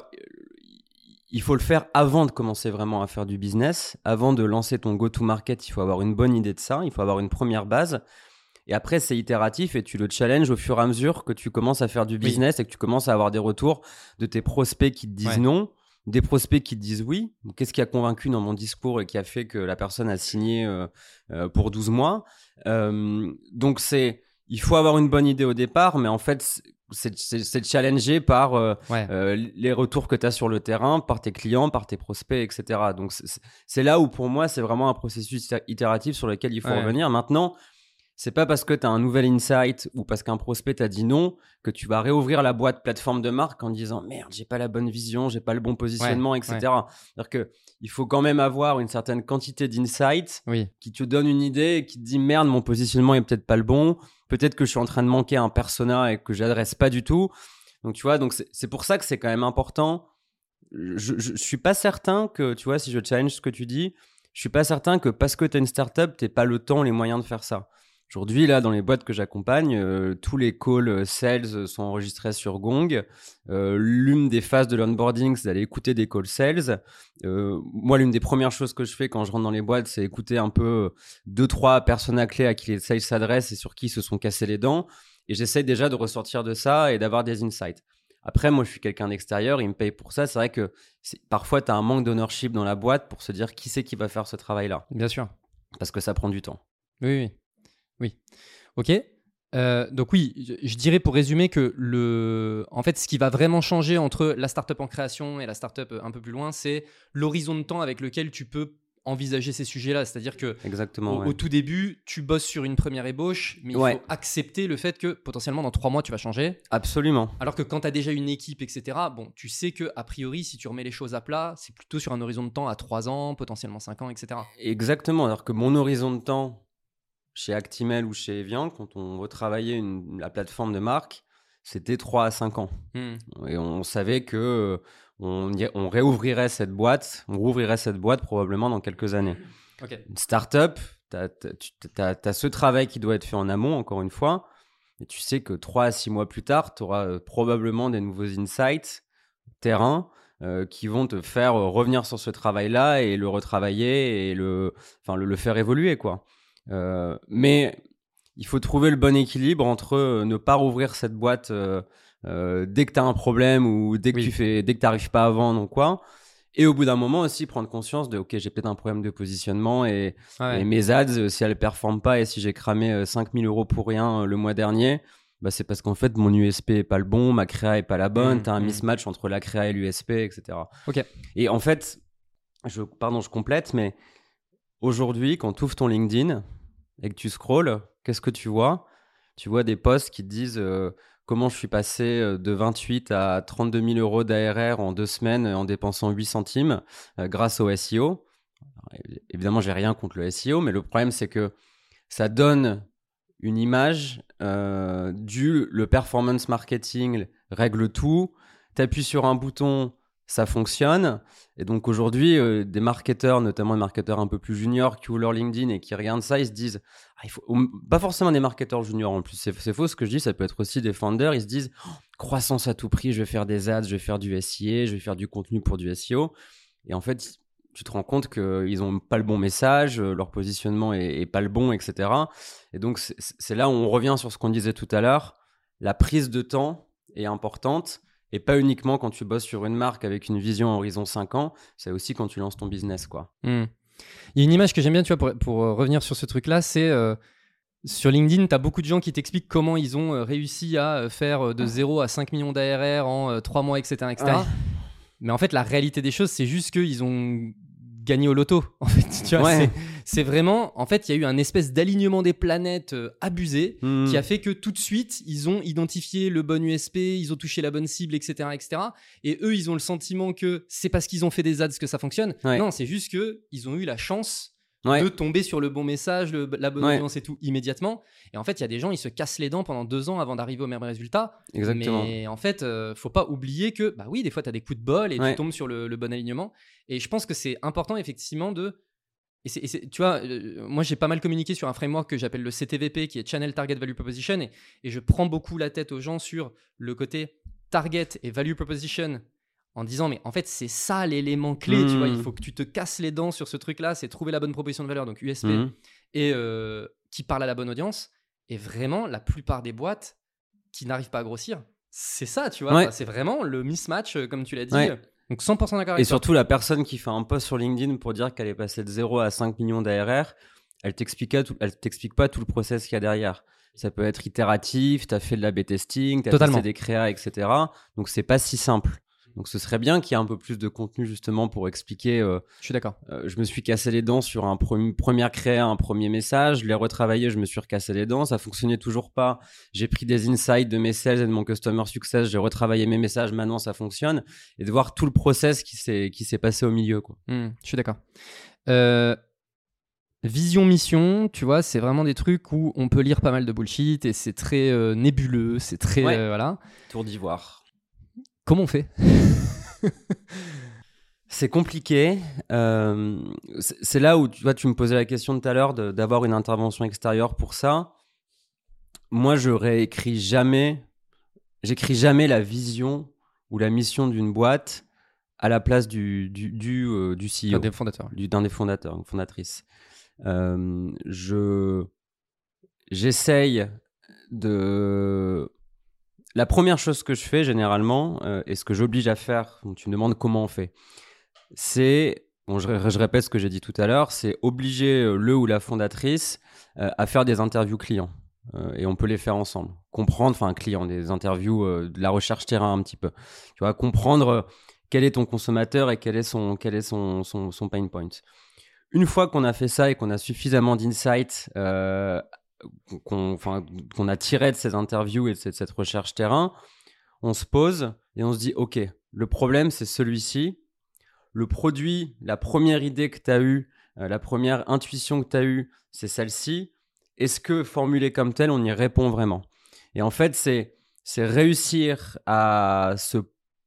il faut le faire avant de commencer vraiment à faire du business. Avant de lancer ton go-to-market, il faut avoir une bonne idée de ça. Il faut avoir une première base. Et après, c'est itératif et tu le challenges au fur et à mesure que tu commences à faire du business oui. et que tu commences à avoir des retours de tes prospects qui te disent ouais. non, des prospects qui te disent oui. Qu'est-ce qui a convaincu dans mon discours et qui a fait que la personne a signé euh, euh, pour douze mois euh, Donc, c'est, il faut avoir une bonne idée au départ, mais en fait, c'est, c'est, c'est challengé par euh, ouais. euh, les retours que tu as sur le terrain, par tes clients, par tes prospects, et cetera. Donc, c'est, c'est là où pour moi, c'est vraiment un processus itératif sur lequel il faut ouais. revenir. Maintenant, c'est pas parce que tu as un nouvel insight ou parce qu'un prospect t'a dit non que tu vas réouvrir la boîte plateforme de marque en disant merde, j'ai pas la bonne vision, j'ai pas le bon positionnement, ouais, et cetera. Ouais. C'est-à-dire que il faut quand même avoir une certaine quantité d'insight oui. qui te donne une idée et qui te dit merde, mon positionnement est peut-être pas le bon, peut-être que je suis en train de manquer un persona et que j'adresse pas du tout. Donc tu vois, donc c'est, c'est pour ça que c'est quand même important. Je, je, je suis pas certain que, tu vois, si je challenge ce que tu dis, je suis pas certain que parce que tu as une startup, t'aies pas le temps, les moyens de faire ça. Aujourd'hui, là, dans les boîtes que j'accompagne, euh, tous les calls sales sont enregistrés sur Gong. Euh, l'une des phases de l'onboarding, c'est d'aller écouter des calls sales. Euh, moi, l'une des premières choses que je fais quand je rentre dans les boîtes, c'est écouter un peu deux, trois personnes clés à qui les sales s'adressent et sur qui ils se sont cassés les dents. Et j'essaye déjà de ressortir de ça et d'avoir des insights. Après, moi, je suis quelqu'un d'extérieur, il me paye pour ça. C'est vrai que c'est, parfois, tu as un manque d'ownership dans la boîte pour se dire qui c'est qui va faire ce travail-là. Bien sûr. Parce que ça prend du temps. Oui, oui. Oui, ok. Euh, donc oui, je, je dirais pour résumer que le, en fait, ce qui va vraiment changer entre la startup en création et la startup un peu plus loin, c'est l'horizon de temps avec lequel tu peux envisager ces sujets-là. C'est-à-dire que Exactement, au, ouais. au tout début, tu bosses sur une première ébauche, mais il ouais. faut accepter le fait que potentiellement dans trois mois, tu vas changer. Absolument. Alors que quand tu as déjà une équipe, et cetera, bon, tu sais que a priori, si tu remets les choses à plat, c'est plutôt sur un horizon de temps à trois ans, potentiellement cinq ans, et cetera. Exactement. Alors que mon horizon de temps chez Actimel ou chez Evian, quand on retravaillait une, la plateforme de marque, c'était trois à cinq ans. Mmh. Et on savait que on, on réouvrirait cette boîte, on rouvrirait cette boîte probablement dans quelques années. Okay. Une start-up, tu as ce travail qui doit être fait en amont, encore une fois, et tu sais que trois à six mois plus tard, tu auras probablement des nouveaux insights terrain euh, qui vont te faire revenir sur ce travail-là et le retravailler et le, enfin, le, le faire évoluer, quoi. Euh, mais il faut trouver le bon équilibre entre euh, ne pas rouvrir cette boîte euh, euh, dès que tu as un problème ou dès que oui. tu fais, dès que tu n'arrives pas à vendre ou quoi. Et au bout d'un moment aussi prendre conscience de ok, j'ai peut-être un problème de positionnement et, ah ouais. et mes ads, si elles ne performent pas et si j'ai cramé euh, cinq mille euros pour rien euh, le mois dernier, bah, c'est parce qu'en fait mon U S P n'est pas le bon, ma créa n'est pas la bonne, mmh, tu as un mmh. mismatch entre la créa et l'U S P, et cetera. Okay. Et en fait, je, pardon, je complète, mais aujourd'hui, quand tu ouvres ton LinkedIn et que tu scrolles, qu'est-ce que tu vois ? Tu vois des posts qui te disent euh, comment je suis passé de vingt-huit à trente-deux mille euros d'A R R en deux semaines en dépensant huit centimes euh, grâce au S E O. Alors, évidemment, j'ai rien contre le S E O, mais le problème, c'est que ça donne une image euh, du le performance marketing règle tout. Tu appuies sur un bouton, ça fonctionne. Et donc aujourd'hui, euh, des marketeurs, notamment des marketeurs un peu plus juniors qui ouvrent leur LinkedIn et qui regardent ça, ils se disent, ah, il faut, pas forcément des marketeurs juniors en plus, c'est, c'est faux ce que je dis, ça peut être aussi des founders, ils se disent, oh, croissance à tout prix, je vais faire des ads, je vais faire du S I A, je vais faire du contenu pour du S E O. Et en fait, tu te rends compte qu'ils n'ont pas le bon message, leur positionnement est, est pas le bon, et cetera. Et donc, c'est, c'est là où on revient sur ce qu'on disait tout à l'heure, la prise de temps est importante. Et pas uniquement quand tu bosses sur une marque avec une vision à horizon cinq ans, c'est aussi quand tu lances ton business, quoi. Mmh. Il y a une image que j'aime bien, tu vois, pour, pour revenir sur ce truc-là, c'est euh, sur LinkedIn, tu as beaucoup de gens qui t'expliquent comment ils ont euh, réussi à faire de zéro à cinq millions d'A R R en euh, trois mois, et cetera, et cetera. Ouais. Mais en fait, la réalité des choses, c'est juste qu'ils ont gagner au loto. En fait, tu vois, Ouais. c'est, c'est vraiment, en fait, il y a eu un espèce d'alignement des planètes euh, abusé Mmh. qui a fait que tout de suite, ils ont identifié le bon U S P, ils ont touché la bonne cible, et cetera, et cetera. Et eux, ils ont le sentiment que c'est parce qu'ils ont fait des ads que ça fonctionne. Ouais. Non, c'est juste que ils ont eu la chance Ouais. de tomber sur le bon message, le- la bonne Ouais. audience et tout immédiatement. Et en fait, il y a des gens, ils se cassent les dents pendant deux ans avant d'arriver au même résultat. Exactement. Mais en fait, euh, faut pas oublier que, bah oui, des fois, tu as des coups de bol et Ouais. tu tombes sur le, le bon alignement. Et je pense que c'est important, effectivement, de. Et c'est, et c'est- tu vois, euh, moi, j'ai pas mal communiqué sur un framework que j'appelle le C T V P, qui est Channel Target Value Proposition. Et, et je prends beaucoup la tête aux gens sur le côté target et value proposition, en disant, mais en fait, c'est ça l'élément clé, Mmh. tu vois, il faut que tu te casses les dents sur ce truc-là, c'est trouver la bonne proposition de valeur, donc U S P, Mmh. et euh, qui parle à la bonne audience. Et vraiment, la plupart des boîtes qui n'arrivent pas à grossir, c'est ça, tu vois, Ouais. Enfin, c'est vraiment le mismatch, euh, comme tu l'as dit. Ouais. Donc cent pour cent d'accord Et avec toi. surtout, la personne qui fait un post sur LinkedIn pour dire qu'elle est passée de zéro à cinq millions d'A R R, elle t'explique, pas tout- elle t'explique pas tout le process qu'il y a derrière. Ça peut être itératif, tu as fait de l'A B testing, tu as Totalement. testé des créas, et cetera. Donc, c'est pas si simple. Donc, ce serait bien qu'il y ait un peu plus de contenu justement pour expliquer. euh, Je suis d'accord. euh, je me suis cassé les dents sur un pre- première créa, un premier message. Je l'ai retravaillé, je me suis recassé les dents. Ça fonctionnait toujours pas. J'ai pris des insights de mes sales et de mon customer success. J'ai retravaillé mes messages. Maintenant, ça fonctionne. Et de voir tout le process qui s'est, qui s'est passé au milieu, quoi. Hmm, je suis d'accord. Euh, Vision, mission, tu vois, c'est vraiment des trucs où on peut lire pas mal de bullshit et c'est très euh, nébuleux, c'est très. Ouais. euh, voilà. Tour d'ivoire. Comment on fait? C'est compliqué. Euh, c'est c'est là où tu vois, tu me posais la question tout à l'heure de- d'avoir une intervention extérieure pour ça. Moi, je réécris jamais, j'écris jamais la vision ou la mission d'une boîte à la place du, du, du, euh, du C E O, Enfin, des fondateurs. du- d'un des fondateurs, une fondatrice. Euh, je, j'essaye de. La première chose que je fais généralement, euh, et ce que j'oblige à faire, donc tu me demandes comment on fait, c'est, bon, je, ré- je répète ce que j'ai dit tout à l'heure, c'est obliger euh, le ou la fondatrice euh, à faire des interviews clients. Euh, et on peut les faire ensemble. Comprendre, enfin, client, des interviews, euh, de la recherche terrain un petit peu. Tu vois, comprendre euh, quel est ton consommateur et quel est son, quel est son, son, son pain point. Une fois qu'on a fait ça et qu'on a suffisamment d'insights euh, qu'on, enfin, qu'on a tiré de ces interviews et de cette, cette recherche terrain, on se pose et on se dit, OK, le problème, c'est celui-ci. Le produit, la première idée que tu as eue, euh, la première intuition que tu as eue, c'est celle-ci. Est-ce que formulée comme telle, on y répond vraiment? Et en fait, c'est, c'est réussir à, se,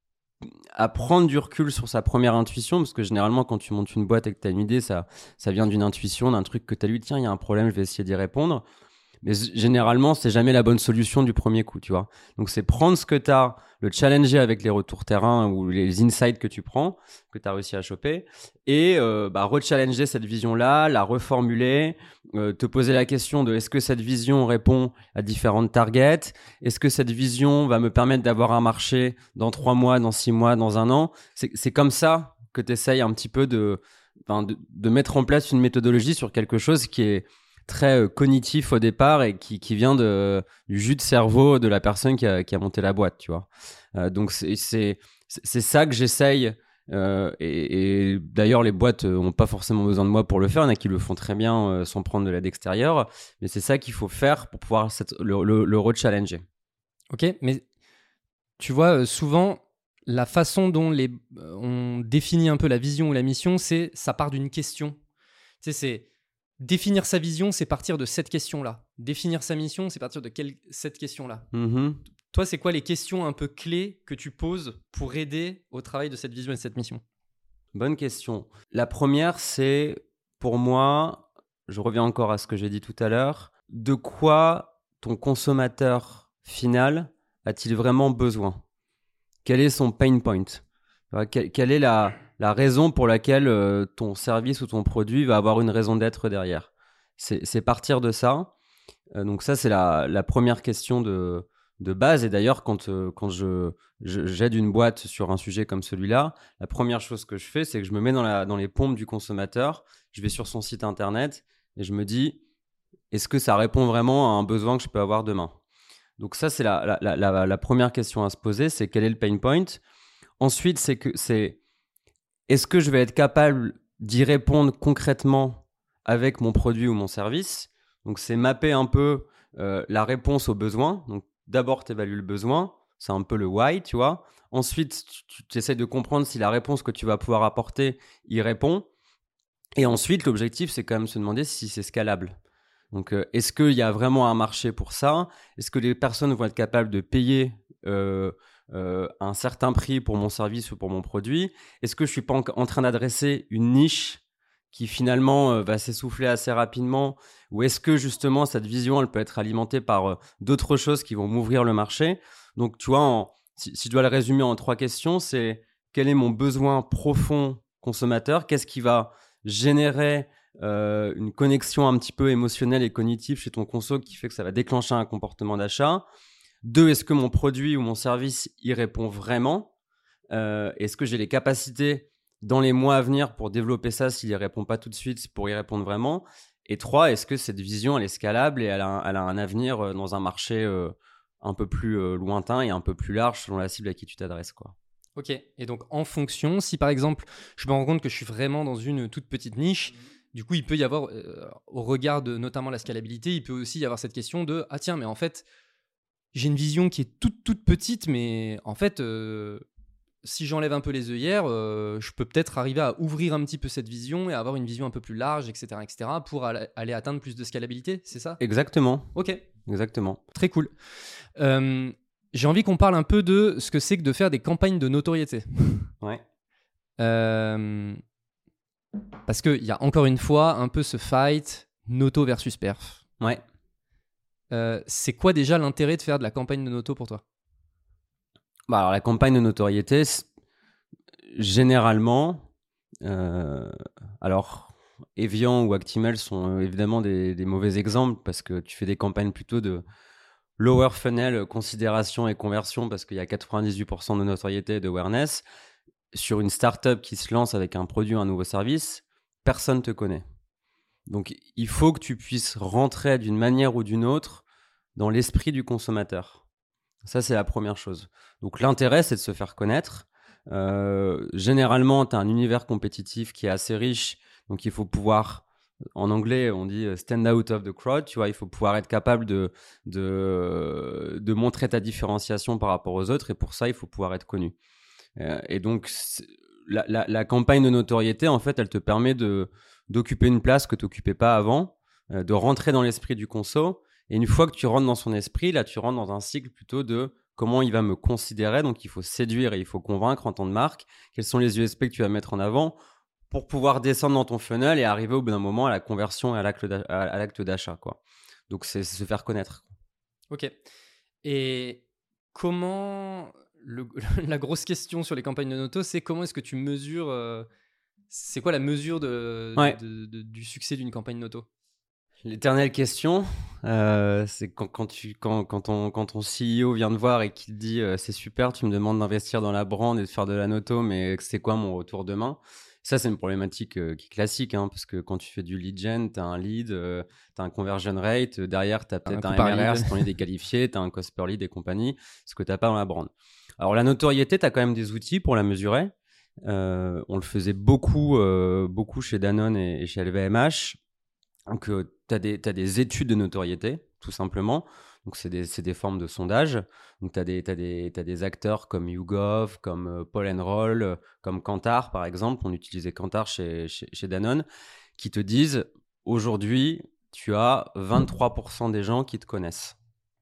à prendre du recul sur sa première intuition, parce que généralement, quand tu montes une boîte et que tu as une idée, ça, ça vient d'une intuition, d'un truc que tu as lu, tiens, il y a un problème, je vais essayer d'y répondre. Mais généralement, c'est jamais la bonne solution du premier coup, tu vois. Donc, c'est prendre ce que tu as, le challenger avec les retours terrain ou les insights que tu prends, que tu as réussi à choper, et euh, bah, rechallenger cette vision-là, la reformuler, euh, te poser la question de est-ce que cette vision répond à différentes targets? Est-ce que cette vision va me permettre d'avoir un marché dans trois mois, dans six mois, dans un an? C'est, c'est comme ça que tu essayes un petit peu de, enfin, de, de mettre en place une méthodologie sur quelque chose qui est très euh, cognitif au départ et qui, qui vient de, du jus de cerveau de la personne qui a, qui a monté la boîte, tu vois. Euh, donc, c'est, c'est, c'est ça que j'essaye. Euh, et, et d'ailleurs, les boîtes n'ont pas forcément besoin de moi pour le faire. Il y en a qui le font très bien euh, sans prendre de l'aide extérieure. Mais c'est ça qu'il faut faire pour pouvoir cette, le, le, le re-challenger. Ok, mais tu vois, euh, souvent, la façon dont les, euh, on définit un peu la vision ou la mission, c'est ça part d'une question. Tu sais, c'est définir sa vision, c'est partir de cette question-là. Définir sa mission, c'est partir de quelle, cette question-là. Mm-hmm. Toi, c'est quoi les questions un peu clés que tu poses pour aider au travail de cette vision et de cette mission? Bonne question. La première, c'est pour moi, je reviens encore à ce que j'ai dit tout à l'heure, de quoi ton consommateur final a-t-il vraiment besoin? Quel est son pain point? Quelle, quelle est la, la raison pour laquelle euh, ton service ou ton produit va avoir une raison d'être derrière? C'est, c'est partir de ça. Euh, donc ça, c'est la, la première question de, de base. Et d'ailleurs, quand, euh, quand je, je, j'aide une boîte sur un sujet comme celui-là, la première chose que je fais, c'est que je me mets dans, la, dans les pompes du consommateur, je vais sur son site internet et je me dis, est-ce que ça répond vraiment à un besoin que je peux avoir demain? Donc ça, c'est la, la, la, la première question à se poser, c'est quel est le pain point? Ensuite, c'est que c'est est-ce que je vais être capable d'y répondre concrètement avec mon produit ou mon service. Donc, c'est mapper un peu euh, la réponse aux besoins. Donc, d'abord, tu évalues le besoin. C'est un peu le why, tu vois. Ensuite, tu, tu essaies de comprendre si la réponse que tu vas pouvoir apporter y répond. Et ensuite, l'objectif, c'est quand même se demander si c'est scalable. Donc, euh, est-ce qu'il y a vraiment un marché pour ça? Est-ce que les personnes vont être capables de payer euh, euh, un certain prix pour mon service ou pour mon produit? Est-ce que je ne suis pas en, en train d'adresser une niche qui finalement euh, va s'essouffler assez rapidement? Ou est-ce que justement, cette vision, elle peut être alimentée par euh, d'autres choses qui vont m'ouvrir le marché? Donc, tu vois, en, si, si je dois le résumer en trois questions, c'est quel est mon besoin profond consommateur? Qu'est-ce qui va générer euh, une connexion un petit peu émotionnelle et cognitive chez ton conso qui fait que ça va déclencher un comportement d'achat? Deux, est-ce que mon produit ou mon service y répond vraiment? euh, Est-ce que j'ai les capacités dans les mois à venir pour développer ça s'il y répond pas tout de suite, pour y répondre vraiment? Et trois, est-ce que cette vision, elle est scalable et elle a, elle a un avenir dans un marché euh, un peu plus euh, lointain et un peu plus large selon la cible à qui tu t'adresses, quoi. Ok, et donc en fonction, si par exemple je me rends compte que je suis vraiment dans une toute petite niche, du coup il peut y avoir, euh, au regard de notamment la scalabilité, il peut aussi y avoir cette question de ah tiens mais en fait j'ai une vision qui est toute toute petite, mais en fait euh, si j'enlève un peu les œillères, euh, je peux peut-être arriver à ouvrir un petit peu cette vision et avoir une vision un peu plus large, et cetera, et cetera pour aller, aller atteindre plus de scalabilité, c'est ça? Exactement. Ok, Exactement. très cool. Euh, J'ai envie qu'on parle un peu de ce que c'est que de faire des campagnes de notoriété. Ouais. Euh, parce qu'il y a encore une fois un peu ce fight noto versus perf. Ouais. Euh, c'est quoi déjà l'intérêt de faire de la campagne de noto pour toi? Bah alors, la campagne de notoriété, généralement, euh, alors Evian ou Actimel sont euh, évidemment des, des mauvais exemples parce que tu fais des campagnes plutôt de lower funnel, considération et conversion parce qu'il y a quatre-vingt-dix-huit pour cent de notoriété et de awareness. Sur une startup qui se lance avec un produit ou un nouveau service, personne ne te connaît. Donc, il faut que tu puisses rentrer d'une manière ou d'une autre dans l'esprit du consommateur. Ça, c'est la première chose. Donc, l'intérêt, c'est de se faire connaître. Euh, généralement, tu as un univers compétitif qui est assez riche. Donc, il faut pouvoir, en anglais, on dit stand out of the crowd. Tu vois, il faut pouvoir être capable de, de, de montrer ta différenciation par rapport aux autres. Et pour ça, il faut pouvoir être connu. Euh, et donc, la, la, la campagne de notoriété, en fait, elle te permet de, d'occuper une place que tu n'occupais pas avant, euh, de rentrer dans l'esprit du conso. Et une fois que tu rentres dans son esprit, là, tu rentres dans un cycle plutôt de comment il va me considérer. Donc, il faut séduire et il faut convaincre en tant que marque. Quels sont les U S P que tu vas mettre en avant pour pouvoir descendre dans ton funnel et arriver au bout d'un moment à la conversion et à l'acte d'achat, à l'acte d'achat, quoi. Donc, c'est, c'est se faire connaître. Ok. Et comment... Le, la grosse question sur les campagnes de noto, c'est comment est-ce que tu mesures... Euh, c'est quoi la mesure de, Ouais. de, de, de, du succès d'une campagne noto? L'éternelle question, euh, c'est quand, quand, tu, quand, quand, ton, quand ton C E O vient te voir et qu'il te dit euh, c'est super, tu me demandes d'investir dans la brand et de faire de la noto, mais c'est quoi mon retour demain? Ça, c'est une problématique euh, qui est classique, hein, parce que quand tu fais du lead gen, tu as un lead, euh, tu as un conversion rate, euh, derrière, tu as peut-être un, un M R R, si ton lead est qualifié, tu as un cost per lead et compagnie, ce que tu n'as pas dans la brand. Alors, la notoriété, tu as quand même des outils pour la mesurer. Euh, on le faisait beaucoup, euh, beaucoup chez Danone et, et chez L V M H. Donc, euh, tu as des, des études de notoriété, tout simplement. Donc, c'est des, des formes de sondage. Donc, tu as des, t'as des, t'as des acteurs comme YouGov, comme euh, Paul and Roll, euh, comme Kantar, par exemple. On utilisait Kantar chez, chez, chez Danone, qui te disent aujourd'hui, tu as vingt-trois pour cent des gens qui te connaissent.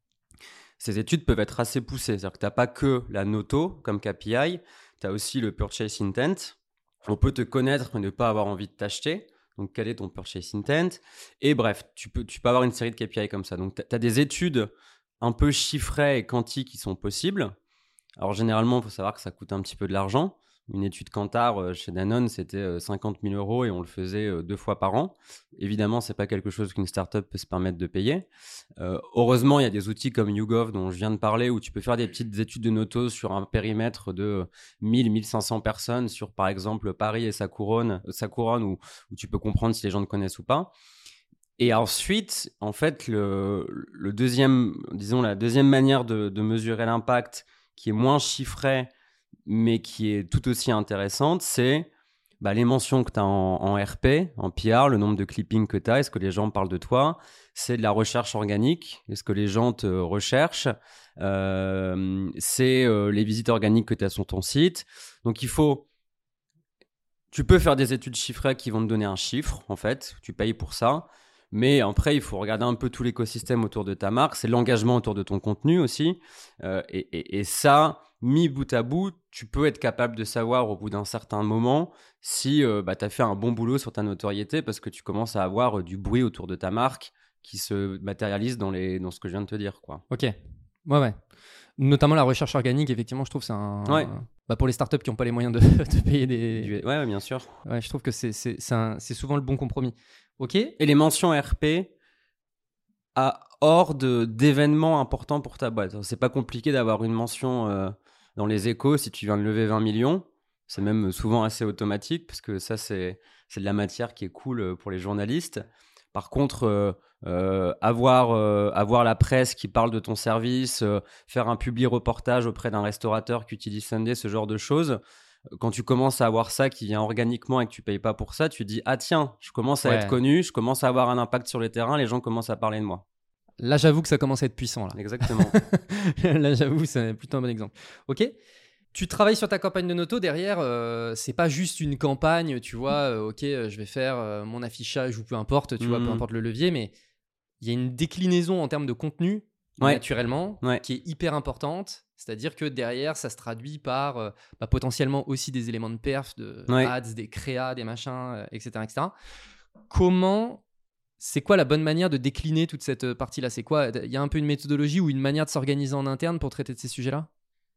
Ces études peuvent être assez poussées. C'est-à-dire que tu n'as pas que la noto comme K P I, tu as aussi le purchase intent. On peut te connaître mais ne pas avoir envie de t'acheter. Donc, quel est ton purchase intent? Et bref, tu peux, tu peux avoir une série de K P I comme ça. Donc, tu as des études un peu chiffrées et quantiques qui sont possibles. Alors, généralement, il faut savoir que ça coûte un petit peu de l'argent. Une étude Kantar euh, chez Danone, c'était euh, cinquante mille euros et on le faisait euh, deux fois par an. Évidemment, ce n'est pas quelque chose qu'une startup peut se permettre de payer. Euh, heureusement, il y a des outils comme YouGov dont je viens de parler où tu peux faire des petites études de notos sur un périmètre de mille à mille cinq cents personnes sur, par exemple, Paris et sa couronne, sa couronne où, où tu peux comprendre si les gens te connaissent ou pas. Et ensuite, en fait, le, le deuxième, disons, la deuxième manière de, de mesurer l'impact qui est moins chiffrée, mais qui est tout aussi intéressante, c'est bah, les mentions que tu as en, en R P, en P R, le nombre de clippings que tu as, est-ce que les gens parlent de toi? C'est de la recherche organique, est-ce que les gens te recherchent? euh, C'est euh, les visites organiques que tu as sur ton site. Donc il faut... Tu peux faire des études chiffrées qui vont te donner un chiffre, en fait, tu payes pour ça. Mais après, il faut regarder un peu tout l'écosystème autour de ta marque. C'est l'engagement autour de ton contenu aussi. Euh, et, et, et ça, mis bout à bout, tu peux être capable de savoir au bout d'un certain moment si euh, bah, tu as fait un bon boulot sur ta notoriété parce que tu commences à avoir euh, du bruit autour de ta marque qui se matérialise dans, les, dans ce que je viens de te dire, quoi. Ok. Ouais, ouais. Notamment la recherche organique, effectivement, je trouve que c'est un... Ouais. Bah pour les startups qui n'ont pas les moyens de, de payer des... Du- Ouais, ouais, bien sûr. Ouais, je trouve que c'est, c'est, c'est, un- c'est souvent le bon compromis. Ok. Et les mentions R P à hors de, d'événements importants pour ta boîte. C'est pas compliqué d'avoir une mention euh, dans les échos si tu viens de lever vingt millions. C'est même souvent assez automatique parce que ça, c'est, c'est de la matière qui est cool pour les journalistes. Par contre, euh, euh, avoir, euh, avoir la presse qui parle de ton service, euh, faire un publi-reportage auprès d'un restaurateur qui utilise Sunday, ce genre de choses, quand tu commences à avoir ça qui vient organiquement et que tu payes pas pour ça, tu te dis « Ah tiens, je commence à Ouais. être connu, je commence à avoir un impact sur les terrains, les gens commencent à parler de moi. » Là, j'avoue que ça commence à être puissant. Là, Exactement. là j'avoue, c'est plutôt un bon exemple. Ok. Tu travailles sur ta campagne de Noto. Derrière, euh, c'est pas juste une campagne, tu vois. euh, ok, euh, je vais faire euh, mon affichage ou peu importe, tu vois, peu Mhm. importe le levier, mais il y a une déclinaison en termes de contenu, Ouais. naturellement, Ouais. qui est hyper importante. C'est-à-dire que derrière, ça se traduit par euh, bah, potentiellement aussi des éléments de perf, de Ouais. ads, des créas, des machins, euh, et cetera, et cetera. Comment, c'est quoi la bonne manière de décliner toute cette euh, partie-là? C'est quoi? Il y a un peu une méthodologie ou une manière de s'organiser en interne pour traiter de ces sujets-là?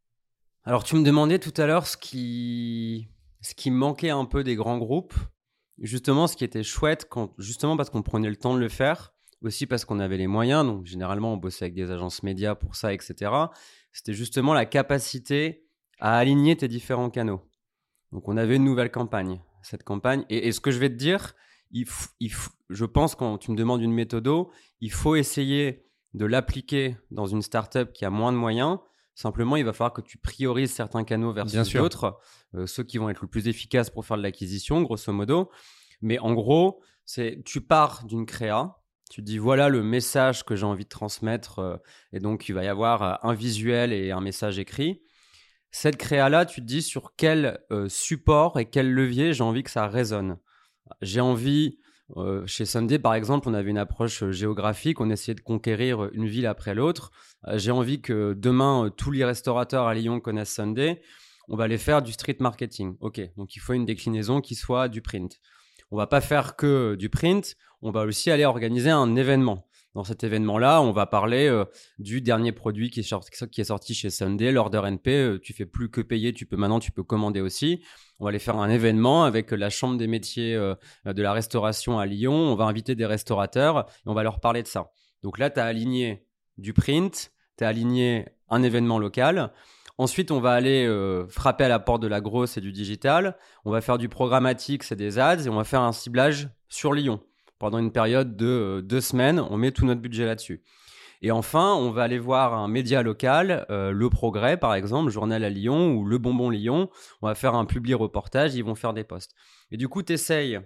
Alors, tu me demandais tout à l'heure ce qui... ce qui manquait un peu des grands groupes. Justement, ce qui était chouette, quand... justement parce qu'on prenait le temps de le faire, aussi parce qu'on avait les moyens. Donc, généralement, on bossait avec des agences médias pour ça, et cetera. C'était justement la capacité à aligner tes différents canaux. Donc, on avait une nouvelle campagne. Cette campagne, et, et ce que je vais te dire, il f- il f- je pense quand tu me demandes une méthodo, il faut essayer de l'appliquer dans une startup qui a moins de moyens. Simplement, il va falloir que tu priorises certains canaux Bien versus sûr. d'autres, euh, ceux qui vont être le plus efficaces pour faire de l'acquisition, grosso modo. Mais en gros, c'est tu pars d'une créa, tu te dis voilà le message que j'ai envie de transmettre, euh, et donc il va y avoir euh, un visuel et un message écrit. Cette créa-là, tu te dis sur quel euh, support et quel levier j'ai envie que ça résonne. J'ai envie, euh, chez Sunday par exemple, on avait une approche euh, géographique, on essayait de conquérir une ville après l'autre. Euh, j'ai envie que demain, euh, tous les restaurateurs à Lyon connaissent Sunday. On va aller faire du street marketing. Ok, donc il faut une déclinaison qui soit du print. On va pas faire que du print, on va aussi aller organiser un événement. Dans cet événement-là, on va parler euh, du dernier produit qui est, sorti, qui est sorti chez Sunday, l'order N P. Euh, tu fais plus que payer, tu peux maintenant, tu peux commander aussi. On va aller faire un événement avec la chambre des métiers euh, de la restauration à Lyon. On va inviter des restaurateurs et on va leur parler de ça. Donc là, tu as aligné du print, tu as aligné un événement local. Ensuite, on va aller euh, frapper à la porte de la grosse et du digital. On va faire du programmatique, c'est des ads, et on va faire un ciblage sur Lyon. Pendant une période de euh, deux semaines, on met tout notre budget là-dessus. Et enfin, on va aller voir un média local, euh, Le Progrès par exemple, Journal à Lyon ou Le Bonbon Lyon. On va faire un public reportage, ils vont faire des posts. Et du coup, tu essayes.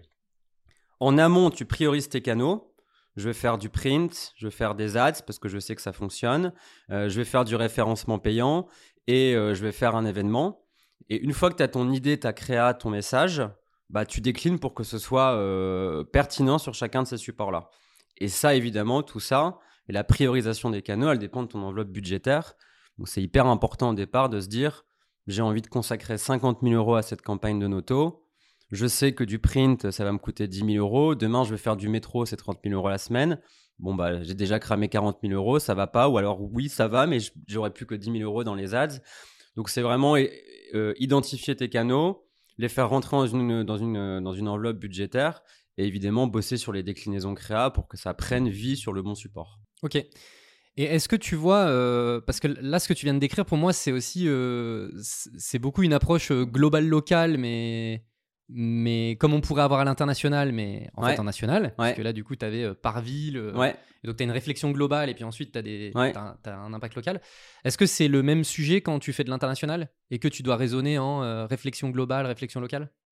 En amont, tu priorises tes canaux. Je vais faire du print, je vais faire des ads parce que je sais que ça fonctionne. Euh, je vais faire du référencement payant et euh, je vais faire un événement. Et une fois que tu as ton idée, ta créa, ton message, bah, tu déclines pour que ce soit euh, pertinent sur chacun de ces supports-là. Et ça, évidemment, tout ça, et la priorisation des canaux, elle dépend de ton enveloppe budgétaire. Donc, c'est hyper important au départ de se dire, j'ai envie de consacrer cinquante mille euros à cette campagne de Noto. Je sais que du print, ça va me coûter dix mille euros. Demain, je vais faire du métro, c'est trente mille euros la semaine. Bon, bah, j'ai déjà cramé quarante mille euros, ça va pas. Ou alors, oui, ça va, mais j'aurais plus que dix mille euros dans les ads. Donc, c'est vraiment euh, identifier tes canaux, les faire rentrer dans une, dans une, dans une enveloppe budgétaire et évidemment bosser sur les déclinaisons créa pour que ça prenne vie sur le bon support. Ok. Et est-ce que tu vois, euh, parce que là, ce que tu viens de décrire, pour moi, c'est aussi, euh, c'est beaucoup une approche globale locale, mais, mais comme on pourrait avoir à l'international, mais en Ouais. fait en national. Ouais. Parce que là, du coup, tu avais euh, par ville. euh, Ouais. Et donc, tu as une réflexion globale et puis ensuite, tu as, Ouais. un, un impact local. Est-ce que c'est le même sujet quand tu fais de l'international et que tu dois raisonner en euh, réflexion globale, réflexion locale?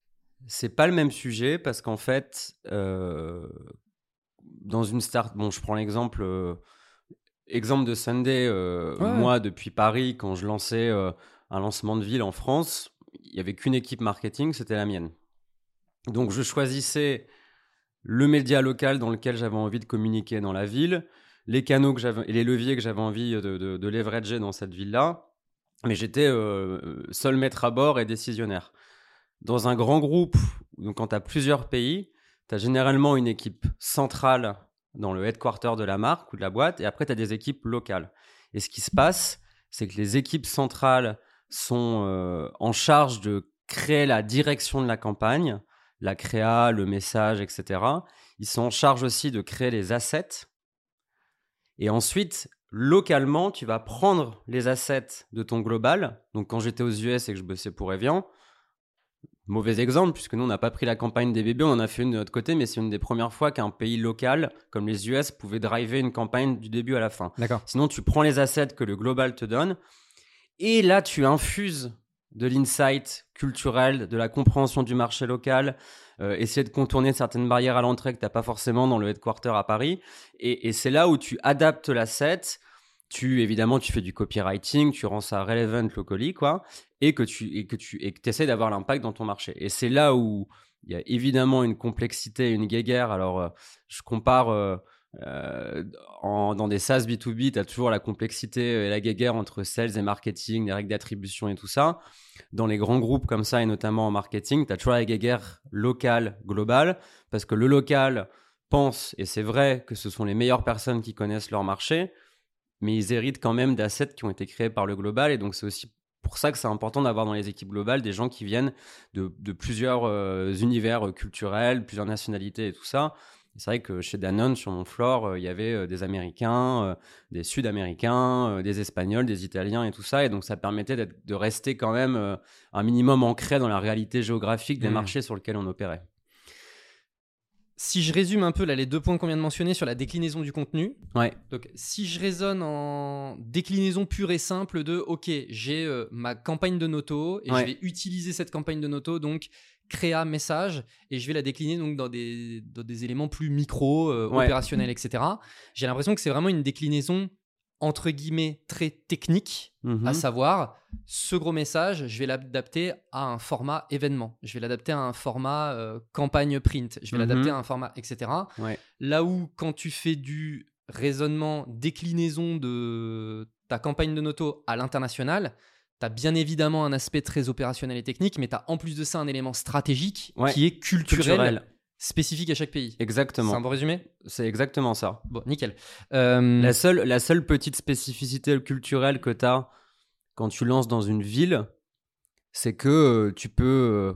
C'est pas le même sujet parce qu'en fait, euh, dans une start, bon, je prends l'exemple, euh, exemple de Sunday. Euh, Ouais, ouais. moi, depuis Paris, quand je lançais euh, un lancement de ville en France, il y avait qu'une équipe marketing, c'était la mienne. Donc, je choisissais le média local dans lequel j'avais envie de communiquer dans la ville, les canaux que j'avais et les leviers que j'avais envie de, de, de leverager dans cette ville-là. Mais j'étais euh, seul maître à bord et décisionnaire. Dans un grand groupe, donc quand tu as plusieurs pays, tu as généralement une équipe centrale dans le headquarter de la marque ou de la boîte, et après tu as des équipes locales. Et ce qui se passe, c'est que les équipes centrales sont euh, en charge de créer la direction de la campagne, la créa, le message, et cetera. Ils sont en charge aussi de créer les assets. Et ensuite, localement, tu vas prendre les assets de ton global. Donc, quand j'étais aux U S et que je bossais pour Evian, mauvais exemple, puisque nous, on n'a pas pris la campagne des bébés, on en a fait une de notre côté, mais c'est une des premières fois qu'un pays local, comme les U S, pouvait driver une campagne du début à la fin. D'accord. Sinon, tu prends les assets que le global te donne, et là, tu infuses de l'insight culturel, de la compréhension du marché local, euh, essayer de contourner certaines barrières à l'entrée que tu n'as pas forcément dans le headquarter à Paris. Et, et c'est là où tu adaptes l'asset. Tu, évidemment, tu fais du copywriting, tu rends ça relevant locally, quoi, et que tu et que tu et que essaies d'avoir l'impact dans ton marché. Et c'est là où il y a évidemment une complexité, une guéguerre. Alors, euh, je compare euh, euh, en, dans des SaaS B deux B, tu as toujours la complexité et la guéguerre entre sales et marketing, les règles d'attribution et tout ça. Dans les grands groupes comme ça, et notamment en marketing, tu as toujours la guéguerre locale, globale, parce que le local pense, et c'est vrai, que ce sont les meilleures personnes qui connaissent leur marché, mais ils héritent quand même d'assets qui ont été créés par le global. Et donc, c'est aussi pour ça que c'est important d'avoir dans les équipes globales des gens qui viennent de, de plusieurs euh, univers euh, culturels, plusieurs nationalités et tout ça. Et c'est vrai que chez Danone, sur mon floor, euh, il y avait euh, des Américains, euh, des Sud-Américains, euh, des Espagnols, des Italiens et tout ça. Et donc, ça permettait d'être, de rester quand même euh, un minimum ancré dans la réalité géographique des Mmh. marchés sur lesquels on opérait. Si je résume un peu là, les deux points qu'on vient de mentionner sur la déclinaison du contenu, Ouais. donc si je raisonne en déclinaison pure et simple de ok, j'ai euh, ma campagne de Noto et Ouais. je vais utiliser cette campagne de Noto, donc créa message, et je vais la décliner donc dans des, dans des éléments plus micro, euh, Ouais. opérationnels, et cetera. J'ai l'impression que c'est vraiment une déclinaison entre guillemets très technique, Mhm. à savoir ce gros message, je vais l'adapter à un format événement, je vais l'adapter à un format euh, campagne print, je vais Mhm. l'adapter à un format, et cetera. Ouais. Là où quand tu fais du raisonnement, déclinaison de ta campagne de Noto à l'international, tu as bien évidemment un aspect très opérationnel et technique, mais tu as en plus de ça un élément stratégique Ouais. qui est culturel, Culturel. spécifique à chaque pays. Exactement. C'est un bon résumé ? C'est exactement ça. Bon, nickel. Euh, La seule, la seule petite spécificité culturelle que tu as quand tu lances dans une ville, c'est que euh, tu peux euh,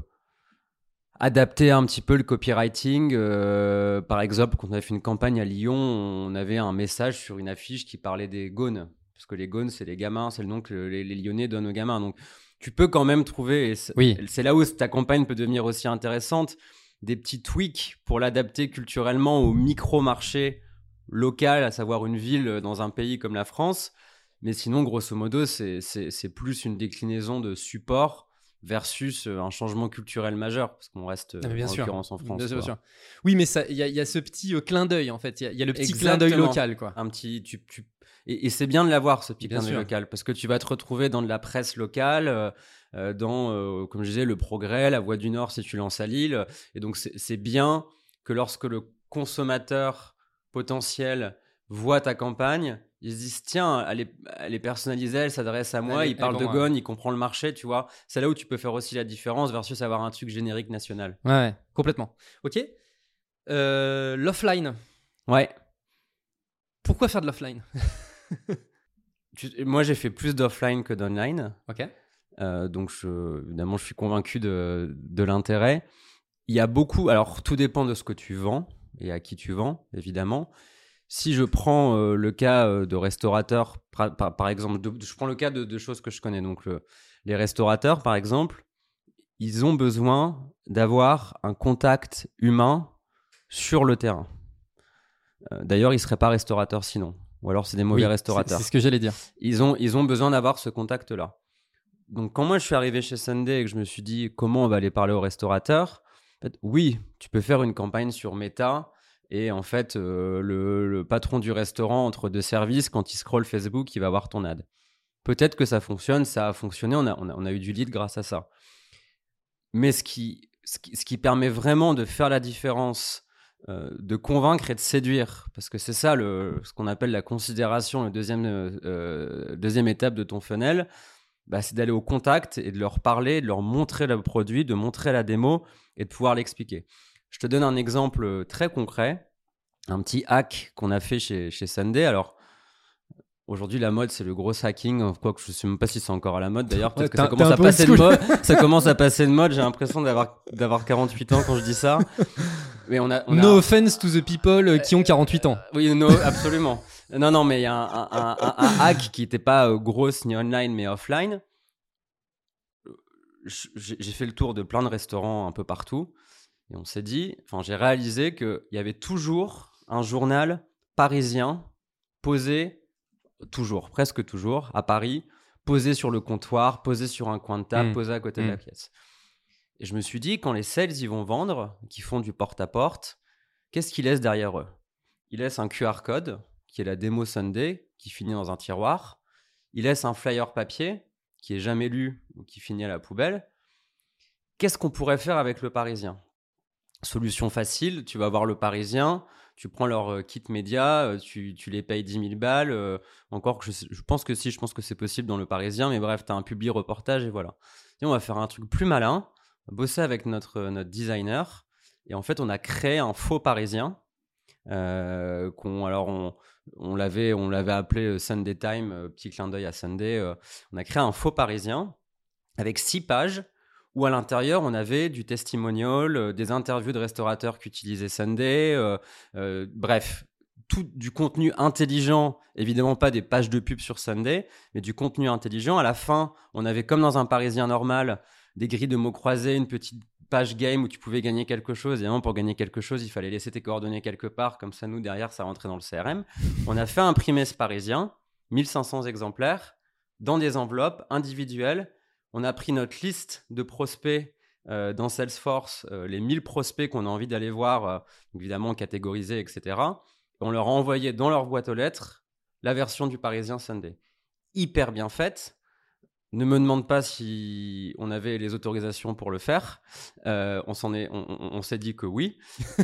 adapter un petit peu le copywriting. Euh, par exemple, quand on avait fait une campagne à Lyon, on avait un message sur une affiche qui parlait des Gaunes. Parce que les Gaunes, c'est les gamins, c'est le nom que les, les Lyonnais donnent aux gamins. Donc, tu peux quand même trouver, et c'est, Oui. c'est là où ta campagne peut devenir aussi intéressante, des petits tweaks pour l'adapter culturellement au micro-marché local, à savoir une ville dans un pays comme la France. Mais sinon, grosso modo, c'est, c'est, c'est plus une déclinaison de support versus un changement culturel majeur, parce qu'on reste Ah, mais bien en sûr. l'occurrence en France. Bien sûr, quoi. bien sûr. Oui, mais il y, a- y a ce petit euh, clin d'œil, en fait. Il y, a- y a le petit Exactement. clin d'œil local, quoi. Un petit, tu, tu... Et, et c'est bien de l'avoir, ce petit Bien clin d'œil sûr. local, parce que tu vas te retrouver dans de la presse locale, euh, euh, dans, euh, comme je disais, Le Progrès, La Voix du Nord, si tu lances à Lille. Et donc, c'est, c'est bien que lorsque le consommateur potentiel voit ta campagne, ils se disent, tiens, elle est, elle est personnalisée, elle s'adresse à moi, Elle est- il elle est parle pour de moi. Gone, il comprend le marché, tu vois. C'est là où tu peux faire aussi la différence versus avoir un truc générique national. Ouais, ouais, complètement. Ok. Euh, l'offline. Ouais. Pourquoi faire de l'offline ? Tu- moi, j'ai fait plus d'offline que d'online. Ok. Euh, donc, je, évidemment, je suis convaincu de, de l'intérêt. Il y a beaucoup... Alors, tout dépend de ce que tu vends et à qui tu vends, évidemment. Si je prends euh, le cas euh, de restaurateurs, par, par, par exemple, de, je prends le cas de, de choses que je connais. Donc, le, les restaurateurs, par exemple, ils ont besoin d'avoir un contact humain sur le terrain. Euh, d'ailleurs, ils ne seraient pas restaurateurs sinon. Ou alors, c'est des mauvais Oui, restaurateurs. C'est, c'est ce que j'allais dire. Ils ont, ils ont besoin d'avoir ce contact-là. Donc, quand moi, je suis arrivé chez Sunday et que je me suis dit comment on va aller parler aux restaurateurs, En fait, oui, tu peux faire une campagne sur Meta et en fait, euh, le, le patron du restaurant entre deux services, quand il scrolle Facebook, il va voir ton ad. Peut-être que ça fonctionne, ça a fonctionné, on a, on a, on a eu du lead grâce à ça. Mais ce qui, ce qui, ce qui permet vraiment de faire la différence, euh, de convaincre et de séduire, parce que c'est ça le, ce qu'on appelle la considération, la deuxième, euh, deuxième étape de ton funnel, bah, c'est d'aller au contact et de leur parler, de leur montrer le produit, de montrer la démo et de pouvoir l'expliquer. Je te donne un exemple très concret, un petit hack qu'on a fait chez, chez Sunday. Alors, aujourd'hui, la mode, c'est le gros hacking. Quoique, je ne sais même pas si c'est encore à la mode. D'ailleurs, peut-être ouais, que ça commence, à passer de mode. ça commence à passer de mode. J'ai l'impression d'avoir, d'avoir quarante-huit ans quand je dis ça. Mais on a, on a no un... offense to the people qui ont quarante-huit ans. Euh, oui, no, absolument. non, non, mais il y a un, un, un, un, un hack qui n'était pas euh, grosse ni online, mais offline. J'ai fait le tour de plein de restaurants un peu partout. Et on s'est dit, enfin, j'ai réalisé qu'il y avait toujours un journal parisien posé, toujours, presque toujours, à Paris, posé sur le comptoir, posé sur un coin de table, mmh. posé à côté mmh. de la pièce. Et je me suis dit, quand les sales y vont vendre, qui font du porte-à-porte, qu'est-ce qu'ils laissent derrière eux? Ils laissent un Q R code, qui est la démo Sunday, qui finit dans un tiroir. Ils laissent un flyer papier, qui est jamais lu ou qui finit à la poubelle. Qu'est-ce qu'on pourrait faire avec le Parisien? Solution facile, tu vas voir le Parisien, tu prends leur euh, kit média, euh, tu, tu les payes dix mille balles. Euh, encore que je, je pense que si, je pense que c'est possible dans le Parisien, mais bref, tu as un public reportage et voilà. Et on va faire un truc plus malin, bosser avec notre, notre designer. Et en fait, on a créé un faux Parisien. Euh, qu'on, alors, on, on, l'avait, on l'avait appelé Sunday Time, euh, petit clin d'œil à Sunday. Euh, on a créé un faux Parisien avec six pages où à l'intérieur, on avait du testimonial, euh, des interviews de restaurateurs qui utilisaient Sunday, euh, euh, bref, tout du contenu intelligent, évidemment pas des pages de pub sur Sunday, mais du contenu intelligent. À la fin, on avait comme dans un Parisien normal, des grilles de mots croisés, une petite page game où tu pouvais gagner quelque chose. Et pour gagner quelque chose, il fallait laisser tes coordonnées quelque part, comme ça, nous, derrière, ça rentrait dans le C R M. On a fait imprimer ce Parisien, mille cinq cents exemplaires, dans des enveloppes individuelles. On a pris notre liste de prospects euh, dans Salesforce, euh, les mille prospects qu'on a envie d'aller voir, euh, évidemment catégorisés, et cetera. Et on leur a envoyé dans leur boîte aux lettres la version du Parisien Sunday. Hyper bien faite. Ne me demande pas si on avait les autorisations pour le faire. Euh, on, s'en est, on, on, on s'est dit que oui.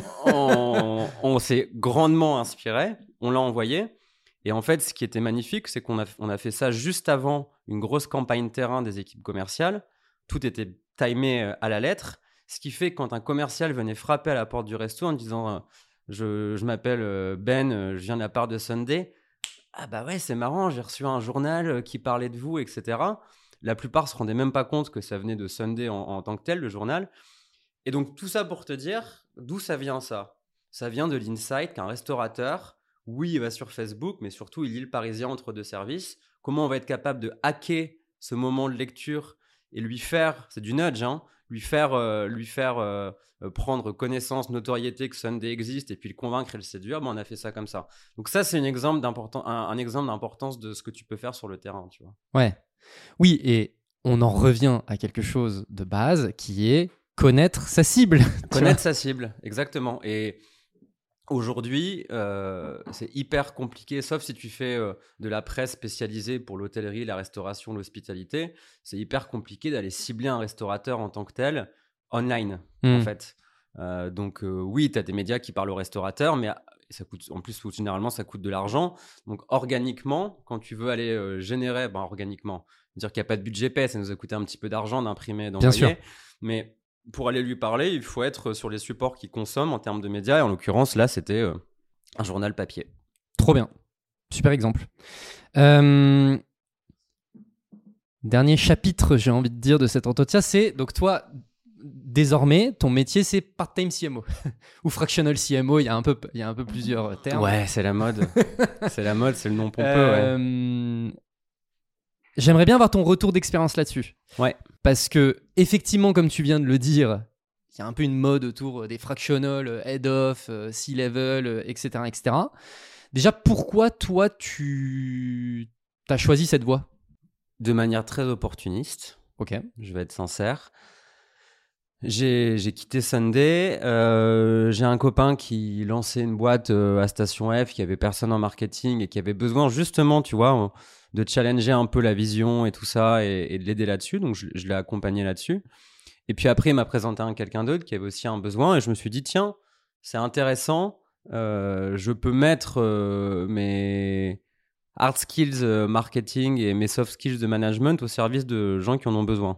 on, on s'est grandement inspiré. On l'a envoyé. Et en fait, ce qui était magnifique, c'est qu'on a, on a fait ça juste avant une grosse campagne terrain des équipes commerciales. Tout était timé à la lettre. Ce qui fait que quand un commercial venait frapper à la porte du resto en disant je, « Je m'appelle Ben, je viens de la part de Sunday », ah bah ouais, c'est marrant, j'ai reçu un journal qui parlait de vous, et cetera. La plupart ne se rendaient même pas compte que ça venait de Sunday en, en tant que tel, le journal. Et donc, tout ça pour te dire, d'où ça vient ça? Ça vient de l'insight qu'un restaurateur, oui, il va sur Facebook, mais surtout, il lit le Parisien entre deux services. Comment on va être capable de hacker ce moment de lecture et lui faire, c'est du nudge, hein, lui faire, euh, lui faire euh, prendre connaissance, notoriété que Sunday existe et puis le convaincre et le séduire, ben on a fait ça comme ça. Donc ça, c'est un exemple, d'importan- un, un exemple d'importance de ce que tu peux faire sur le terrain, tu vois. Ouais. Oui, et on en revient à quelque chose de base qui est connaître sa cible. Connaître sa cible, exactement. Et aujourd'hui, euh, c'est hyper compliqué, sauf si tu fais euh, de la presse spécialisée pour l'hôtellerie, la restauration, l'hospitalité. C'est hyper compliqué d'aller cibler un restaurateur en tant que tel online, mmh. en fait. Euh, donc, euh, oui, tu as des médias qui parlent aux restaurateurs, mais ça coûte, en plus, généralement, ça coûte de l'argent. Donc, organiquement, quand tu veux aller euh, générer, ben, organiquement, dire qu'il n'y a pas de budget P, ça nous a coûté un petit peu d'argent d'imprimer, d'envoyer. Bien sûr. Mais pour aller lui parler, il faut être sur les supports qu'il consomme en termes de médias. Et en l'occurrence, là, c'était euh, un journal papier. Trop bien. Super exemple. Euh... Dernier chapitre, j'ai envie de dire, de cet entretien, c'est donc toi, désormais, ton métier, c'est part-time C M O ou fractional C M O. Il y a un peu, il y a un peu plusieurs termes. Ouais, c'est la mode. c'est la mode, c'est le nom pompeux. Euh... Ouais. J'aimerais bien avoir ton retour d'expérience là-dessus. Ouais. Parce que, effectivement, comme tu viens de le dire, il y a un peu une mode autour des fractional, head-off, C-level, et cetera, et cetera. Déjà, pourquoi toi, tu as choisi cette voie? De manière très opportuniste. Ok. Je vais être sincère. J'ai, j'ai quitté Sunday. Euh, j'ai un copain qui lançait une boîte euh, à Station F, qui avait personne en marketing et qui avait besoin justement, tu vois, de challenger un peu la vision et tout ça et, et de l'aider là-dessus. Donc, je, je l'ai accompagné là-dessus. Et puis après, il m'a présenté un quelqu'un d'autre qui avait aussi un besoin et je me suis dit, tiens, c'est intéressant. Euh, je peux mettre euh, mes hard skills euh, marketing et mes soft skills de management au service de gens qui en ont besoin.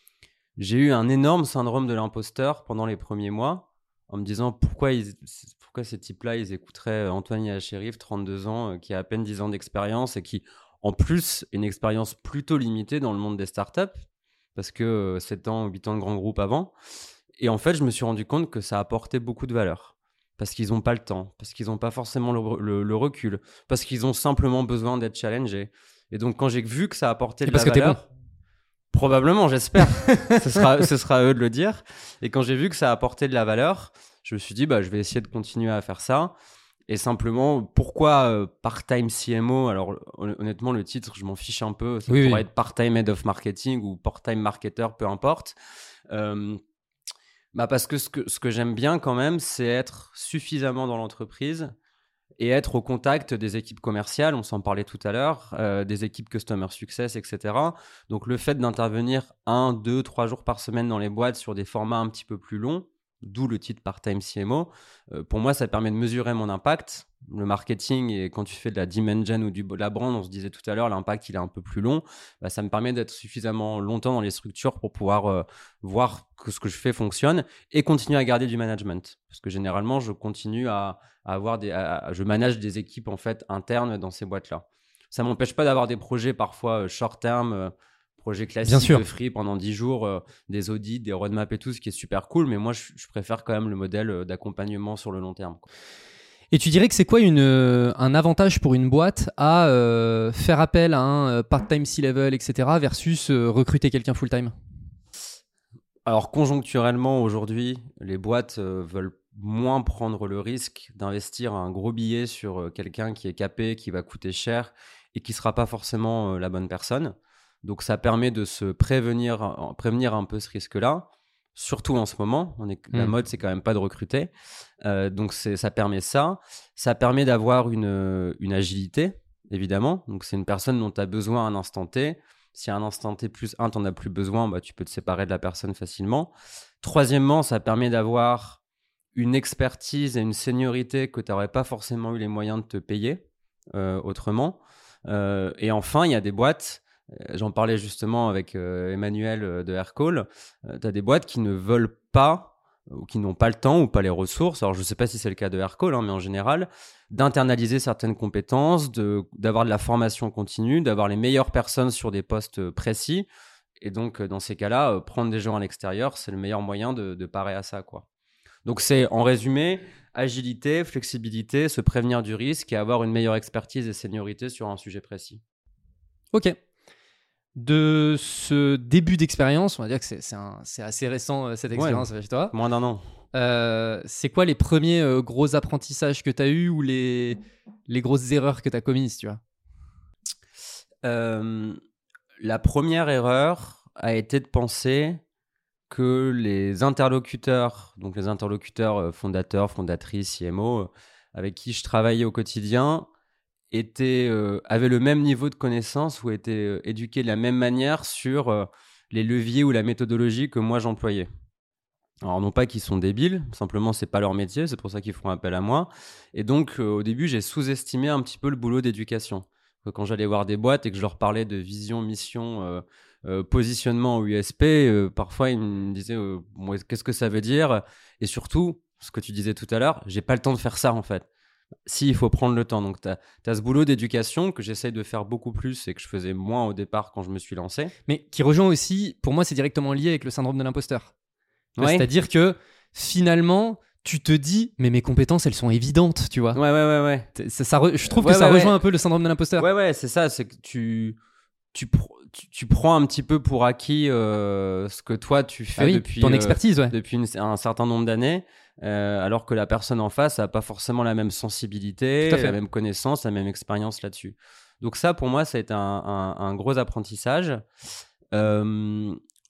J'ai eu un énorme syndrome de l'imposteur pendant les premiers mois en me disant pourquoi, ils, pourquoi ces types-là, ils écouteraient Antoine Yachérif, trente-deux ans, euh, qui a à peine dix ans d'expérience et qui, en plus, a une expérience plutôt limitée dans le monde des startups parce que euh, sept ans, huit ans de grands groupes avant. Et en fait, je me suis rendu compte que ça apportait beaucoup de valeur parce qu'ils n'ont pas le temps, parce qu'ils n'ont pas forcément le, le, le recul, parce qu'ils ont simplement besoin d'être challengés. Et donc, quand j'ai vu que ça apportait de parce la que valeur... t'es bon. Probablement, j'espère. ce, sera, ce sera à eux de le dire. Et quand j'ai vu que ça apportait de la valeur, je me suis dit, bah, je vais essayer de continuer à faire ça. Et simplement, pourquoi euh, part-time C M O? Alors, hon- honnêtement, le titre, je m'en fiche un peu. Ça Oui, pourrait oui. être part-time head of marketing ou part-time marketer, peu importe. Euh, bah parce que ce que, ce que j'aime bien quand même, c'est être suffisamment dans l'entreprise et être au contact des équipes commerciales, on s'en parlait tout à l'heure, euh, des équipes Customer Success, et cetera. Donc le fait d'intervenir un, deux, trois jours par semaine dans les boîtes sur des formats un petit peu plus longs, d'où le titre part-time C M O, euh, pour moi ça permet de mesurer mon impact. Le marketing, et quand tu fais de la demand gen ou du, de la brand, on se disait tout à l'heure, l'impact il est un peu plus long, bah, ça me permet d'être suffisamment longtemps dans les structures pour pouvoir euh, voir que ce que je fais fonctionne et continuer à garder du management. Parce que généralement, je continue à, à avoir des, à- je manage des équipes en fait internes dans ces boîtes-là. Ça m'empêche pas d'avoir des projets parfois euh, short term, euh, projets Bien classiques sûr. de free pendant dix jours, euh, des audits, des roadmaps et tout, ce qui est super cool. Mais moi, je, je préfère quand même le modèle euh, d'accompagnement sur le long terme, quoi. Et tu dirais que c'est quoi une, euh, un avantage pour une boîte à euh, faire appel à un euh, part-time C-level, et cetera, versus euh, recruter quelqu'un full-time? Alors conjoncturellement, aujourd'hui, les boîtes euh, veulent moins prendre le risque d'investir un gros billet sur euh, quelqu'un qui est capé, qui va coûter cher et qui ne sera pas forcément euh, la bonne personne. Donc ça permet de se prévenir, euh, prévenir un peu ce risque-là. Surtout en ce moment, on est, la Hmm. mode, c'est quand même pas de recruter. Euh, donc c'est, ça permet ça. Ça permet d'avoir une, une agilité, évidemment. Donc c'est une personne dont tu as besoin à un instant T. Si à un instant T plus un, tu n'en as plus besoin, bah, tu peux te séparer de la personne facilement. Troisièmement, ça permet d'avoir une expertise et une seniorité que tu n'aurais pas forcément eu les moyens de te payer euh, autrement. Euh, et enfin, il y a des boîtes, euh, j'en parlais justement avec euh, Emmanuel euh, de Aircall, euh, tu as des boîtes qui ne veulent pas ou qui n'ont pas le temps ou pas les ressources, alors je ne sais pas si c'est le cas de Aircall, hein, mais en général, d'internaliser certaines compétences, de, d'avoir de la formation continue, d'avoir les meilleures personnes sur des postes précis. Et donc, dans ces cas-là, euh, prendre des gens à l'extérieur, c'est le meilleur moyen de, de parer à ça, quoi. Donc, c'est en résumé, agilité, flexibilité, se prévenir du risque et avoir une meilleure expertise et seniorité sur un sujet précis. Ok. De ce début d'expérience, on va dire que c'est, c'est, un- c'est assez récent, euh, cette expérience Ouais, chez toi. moins d'un an. Euh, c'est quoi les premiers euh, gros apprentissages que tu as eus ou les, les grosses erreurs que tu as commises, tu vois? Euh, la première erreur a été de penser que les interlocuteurs, donc les interlocuteurs euh, fondateurs, fondatrices, C M O, euh, avec qui je travaillais au quotidien, étaient, euh, avaient le même niveau de connaissance ou étaient euh, éduqués de la même manière sur euh, les leviers ou la méthodologie que moi j'employais. Alors non pas qu'ils sont débiles, simplement c'est pas leur métier, c'est pour ça qu'ils font appel à moi. Et donc euh, au début j'ai sous-estimé un petit peu le boulot d'éducation. Quand j'allais voir des boîtes et que je leur parlais de vision, mission, euh, euh, positionnement ou U S P, euh, parfois ils me disaient euh, bon, qu'est-ce que ça veut dire? Et surtout, ce que tu disais tout à l'heure, j'ai pas le temps de faire ça en fait. Si, il faut prendre le temps. Donc tu as ce boulot d'éducation que j'essaye de faire beaucoup plus et que je faisais moins au départ quand je me suis lancé. Mais qui rejoint aussi, pour moi, c'est directement lié avec le syndrome de l'imposteur. Tu vois, Ouais. c'est-à-dire que finalement, tu te dis, mais mes compétences, elles sont évidentes, tu vois. Ouais, ouais, ouais, ouais. C'est- Ça, ça re- je trouve Ouais, que ça ouais, rejoint ouais. un peu le syndrome de l'imposteur. Ouais, ouais, c'est ça. C'est que tu, tu, pr- tu, tu prends un petit peu pour acquis euh, ce que toi tu fais Ah oui, depuis, ton euh, expertise, ouais. depuis une- un certain nombre d'années, euh, alors que la personne en face n'a pas forcément la même sensibilité, Tout à fait. la même connaissance, la même expérience là-dessus. Donc ça, pour moi, ça a été un, un- un gros apprentissage. Euh,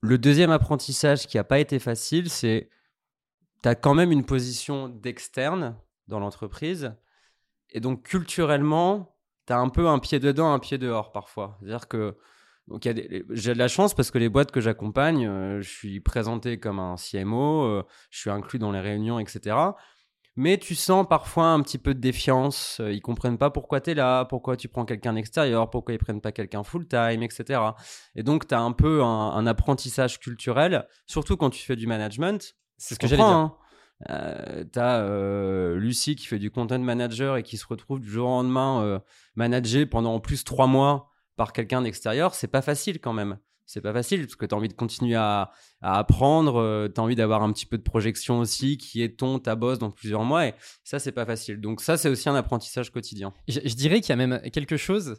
Le deuxième apprentissage qui n'a pas été facile, c'est tu as quand même une position d'externe dans l'entreprise. Et donc, culturellement, tu as un peu un pied dedans, un pied dehors parfois. C'est-à-dire que donc, y a des, j'ai de la chance parce que les boîtes que j'accompagne, euh, je suis présenté comme un C M O, euh, je suis inclus dans les réunions, et cetera. Mais tu sens parfois un petit peu de défiance. Euh, ils comprennent pas pourquoi tu es là, pourquoi tu prends quelqu'un d'extérieur, pourquoi ils prennent pas quelqu'un full-time, et cetera. Et donc, tu as un peu un, un apprentissage culturel, surtout quand tu fais du management. C'est ce que j'allais dire. Hein. Euh, tu as euh, Lucie qui fait du content manager et qui se retrouve du jour au lendemain euh, managée pendant en plus trois mois par quelqu'un d'extérieur. C'est pas facile quand même. C'est pas facile parce que tu as envie de continuer à, à apprendre, euh, tu as envie d'avoir un petit peu de projection aussi, qui est ton, ta boss dans plusieurs mois, et ça, c'est pas facile. Donc ça, c'est aussi un apprentissage quotidien. Je, je dirais qu'il y a même quelque chose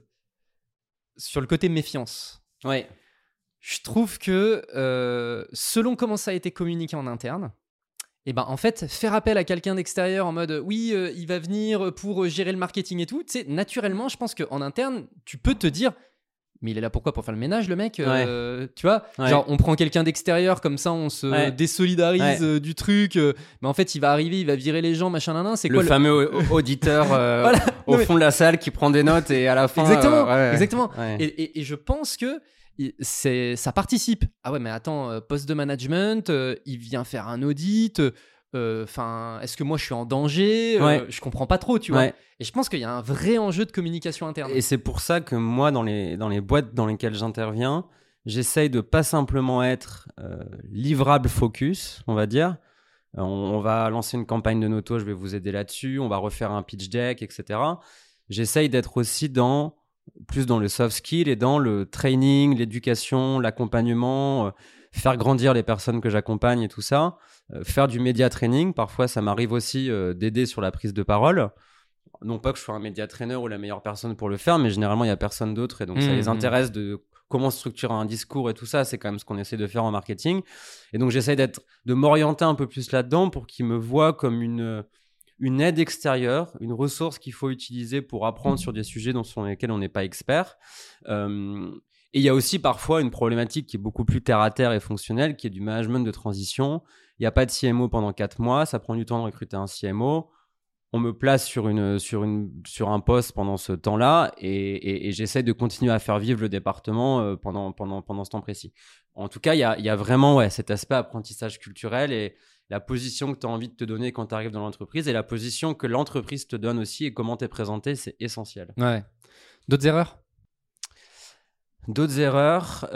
sur le côté méfiance. Ouais. Je trouve que euh, selon comment ça a été communiqué en interne, et ben en fait, faire appel à quelqu'un d'extérieur en mode euh, oui, euh, il va venir pour gérer le marketing et tout, tu sais, naturellement, je pense qu'en interne, tu peux te dire mais il est là pourquoi? Pour faire le ménage, le mec euh, ouais. Tu vois, ouais. Genre on prend quelqu'un d'extérieur, comme ça on se ouais. désolidarise ouais. euh, du truc. Euh, mais en fait, il va arriver, il va virer les gens, machin, nan, nan. C'est le quoi le fameux auditeur euh, voilà. au fond de la salle qui prend des notes et à la fin. Exactement, euh, ouais, exactement. Ouais. Et, et, et je pense que c'est, ça participe. Ah ouais, mais attends, euh, poste de management, euh, il vient faire un audit. Enfin, euh, est-ce que moi je suis en danger? euh, ouais. Je comprends pas trop, tu vois. Ouais. Et je pense qu'il y a un vrai enjeu de communication interne. Et c'est pour ça que moi, dans les, dans les boîtes dans lesquelles j'interviens, j'essaye de pas simplement être euh, livrable focus, on va dire. Euh, on, on va lancer une campagne de Noto, je vais vous aider là-dessus. On va refaire un pitch deck, et cetera. J'essaye d'être aussi dans, plus dans le soft skill et dans le training, l'éducation, l'accompagnement, euh, faire grandir les personnes que j'accompagne et tout ça. Euh, faire du média training. Parfois, ça m'arrive aussi euh, d'aider sur la prise de parole. Non pas que je sois un média trainer ou la meilleure personne pour le faire, mais généralement, il n'y a personne d'autre. Et donc, mmh. ça les intéresse de comment structurer un discours et tout ça. C'est quand même ce qu'on essaie de faire en marketing. Et donc, j'essaie d'être, de m'orienter un peu plus là-dedans pour qu'ils me voient comme une, une aide extérieure, une ressource qu'il faut utiliser pour apprendre sur des sujets dont, sur lesquels on n'est pas expert. Euh, et il y a aussi parfois une problématique qui est beaucoup plus terre-à-terre et fonctionnelle, qui est du management de transition. Il n'y a pas de C M O pendant quatre mois. Ça prend du temps de recruter un C M O. On me place sur, une, sur, une, sur un poste pendant ce temps-là et, et, et j'essaie de continuer à faire vivre le département euh, pendant, pendant, pendant ce temps précis. En tout cas, il y a, y a vraiment ouais, cet aspect apprentissage culturel et la position que tu as envie de te donner quand tu arrives dans l'entreprise et la position que l'entreprise te donne aussi et comment tu es présenté, c'est essentiel. Ouais. D'autres erreurs? D'autres erreurs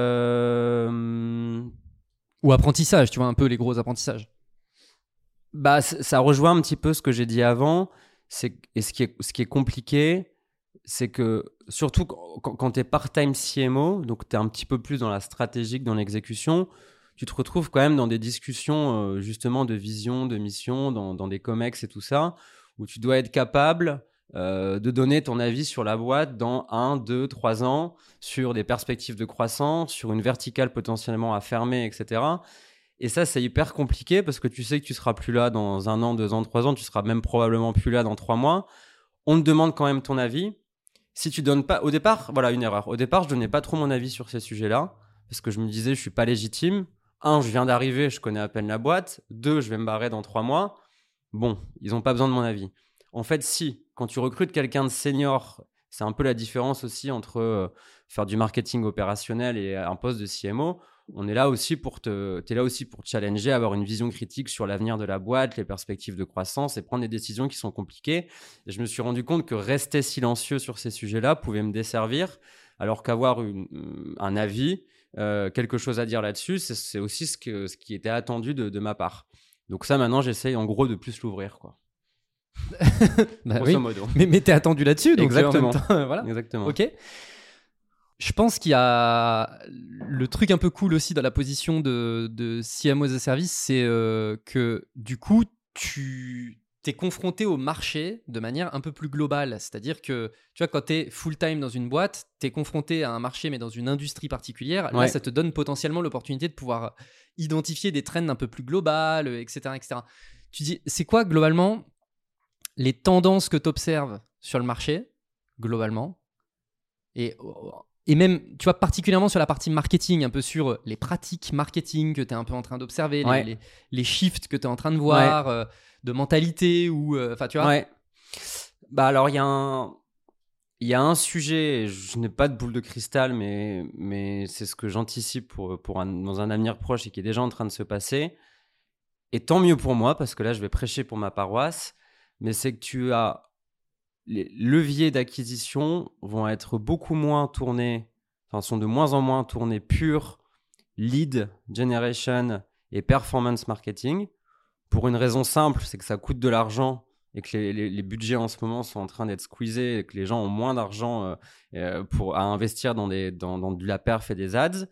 euh... Ou apprentissage, tu vois, un peu les gros apprentissages. Bah, ça rejoint un petit peu ce que j'ai dit avant. C'est, et ce qui est, ce qui est compliqué, c'est que surtout quand, quand tu es part-time C M O, donc tu es un petit peu plus dans la stratégique, dans l'exécution, tu te retrouves quand même dans des discussions euh, justement de vision, de mission, dans, dans des comex et tout ça, où tu dois être capable euh, de donner ton avis sur la boîte dans un, deux, trois ans, sur des perspectives de croissance, sur une verticale potentiellement à fermer, et cetera. Et ça, c'est hyper compliqué parce que tu sais que tu seras plus là dans un an, deux ans, trois ans. Tu seras même probablement plus là dans trois mois. On te demande quand même ton avis. Si tu donnes pas... Au départ, voilà, une erreur. Au départ, je donnais pas trop mon avis sur ces sujets-là parce que je me disais, je suis pas légitime. Un, je viens d'arriver, je connais à peine la boîte. Deux, je vais me barrer dans trois mois. Bon, ils ont pas besoin de mon avis. En fait, si, quand tu recrutes quelqu'un de senior, c'est un peu la différence aussi entre euh, faire du marketing opérationnel et un poste de C M O. On est là aussi pour te, t'es là aussi pour te challenger, avoir une vision critique sur l'avenir de la boîte, les perspectives de croissance et prendre des décisions qui sont compliquées. Et je me suis rendu compte que rester silencieux sur ces sujets-là pouvait me desservir, alors qu'avoir une, un avis, euh, quelque chose à dire là-dessus, c'est, c'est aussi ce, que, ce qui était attendu de, de ma part. Donc ça, maintenant, j'essaye en gros de plus l'ouvrir, quoi. bah oui. modo. Mais, mais t'es attendu là-dessus, donc exactement. En même temps, voilà. Exactement. Ok. Je pense qu'il y a le truc un peu cool aussi dans la position de, de C M O as a service, c'est euh, que du coup, tu t'es confronté au marché de manière un peu plus globale. C'est-à-dire que, tu vois, quand tu es full-time dans une boîte, tu es confronté à un marché, mais dans une industrie particulière. Ouais. Là, ça te donne potentiellement l'opportunité de pouvoir identifier des trends un peu plus globales, et cetera, et cetera. Tu dis, c'est quoi globalement les tendances que tu observes sur le marché, globalement? Et et même, tu vois, particulièrement sur la partie marketing, un peu sur les pratiques marketing que tu es un peu en train d'observer, Ouais. les, les, les shifts que tu es en train de voir, Ouais. euh, de mentalité ou, enfin, euh, tu vois. Ouais. Bah alors, il y a un... Il y a un sujet, je n'ai pas de boule de cristal, mais, mais c'est ce que j'anticipe pour, pour un, dans un avenir proche et qui est déjà en train de se passer. Et tant mieux pour moi, parce que là, je vais prêcher pour ma paroisse, mais c'est que tu as... Les leviers d'acquisition vont être beaucoup moins tournés, enfin, sont de moins en moins tournés pur lead generation et performance marketing. Pour une raison simple, c'est que ça coûte de l'argent et que les, les, les budgets en ce moment sont en train d'être squeezés et que les gens ont moins d'argent euh, euh, pour, à investir dans, des, dans, dans de la perf et des ads,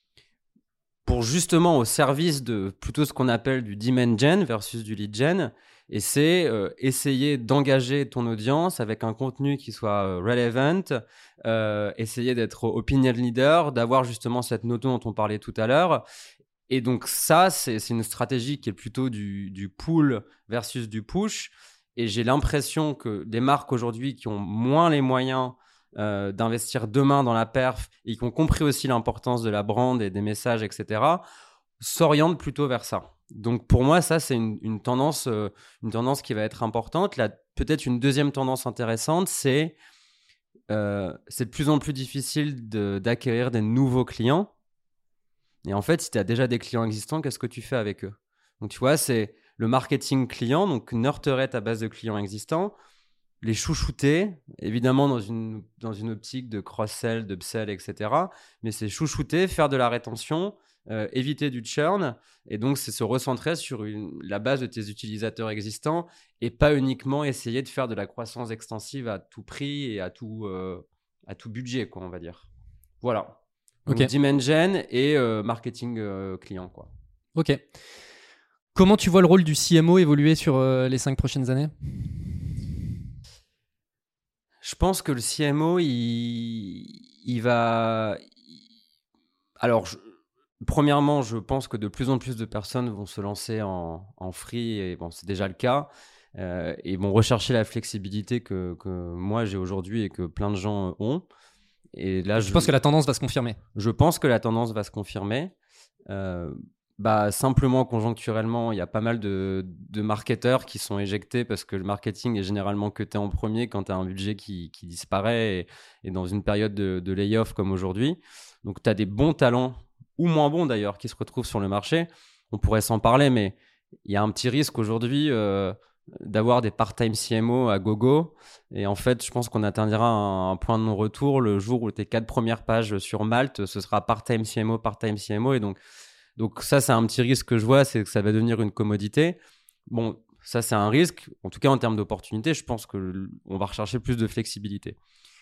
pour justement au service de plutôt ce qu'on appelle du demand gen versus du lead gen. Et c'est euh, essayer d'engager ton audience avec un contenu qui soit euh, relevant, euh, essayer d'être opinion leader, d'avoir justement cette notion dont on parlait tout à l'heure. Et donc ça, c'est, c'est une stratégie qui est plutôt du, du pull versus du push. Et j'ai l'impression que des marques aujourd'hui qui ont moins les moyens euh, d'investir demain dans la perf et qui ont compris aussi l'importance de la brand et des messages, et cetera, s'orientent plutôt vers ça. Donc pour moi, ça, c'est une, une, tendance, euh, une tendance qui va être importante. Là, peut-être une deuxième tendance intéressante, c'est, euh, c'est de plus en plus difficile de, d'acquérir des nouveaux clients. Et en fait, si tu as déjà des clients existants, qu'est-ce que tu fais avec eux? Donc, tu vois, c'est le marketing client, donc nurturer ta base de clients existants, les chouchouter, évidemment dans une, dans une optique de cross-sell, d'upsell, et cetera. Mais c'est chouchouter, faire de la rétention, euh, éviter du churn. Et donc, c'est se recentrer sur une, la base de tes utilisateurs existants et pas uniquement essayer de faire de la croissance extensive à tout prix et à tout, euh, à tout budget, quoi, on va dire. Voilà. Donc, Ok. demand gen et euh, marketing euh, client, quoi. Ok. Comment tu vois le rôle du C M O évoluer sur euh, les cinq prochaines années? Je pense que le C M O, il, il va... Alors, je... premièrement, je pense que de plus en plus de personnes vont se lancer en, en free, et bon, c'est déjà le cas, euh, et vont rechercher la flexibilité que, que moi j'ai aujourd'hui et que plein de gens ont. Et là, et je pense que la tendance va se confirmer. Je pense que la tendance va se confirmer. Euh, bah, simplement, conjoncturellement, il y a pas mal de, de marketeurs qui sont éjectés parce que le marketing est généralement cuté en premier quand tu as un budget qui, qui disparaît et, et dans une période de, de lay-off comme aujourd'hui. Donc, tu as des bons talents, ou moins bons d'ailleurs, qui se retrouvent sur le marché. On pourrait s'en parler, mais il y a un petit risque aujourd'hui euh, d'avoir des part-time C M O à gogo. Et en fait, je pense qu'on atteindra un, un point de non-retour le jour où tes quatre premières pages sur Malte, ce sera part-time C M O, part-time C M O. Et donc, donc ça, c'est un petit risque que je vois, c'est que ça va devenir une commodité. Bon, ça, c'est un risque. En tout cas, en termes d'opportunité, je pense qu'on va rechercher plus de flexibilité.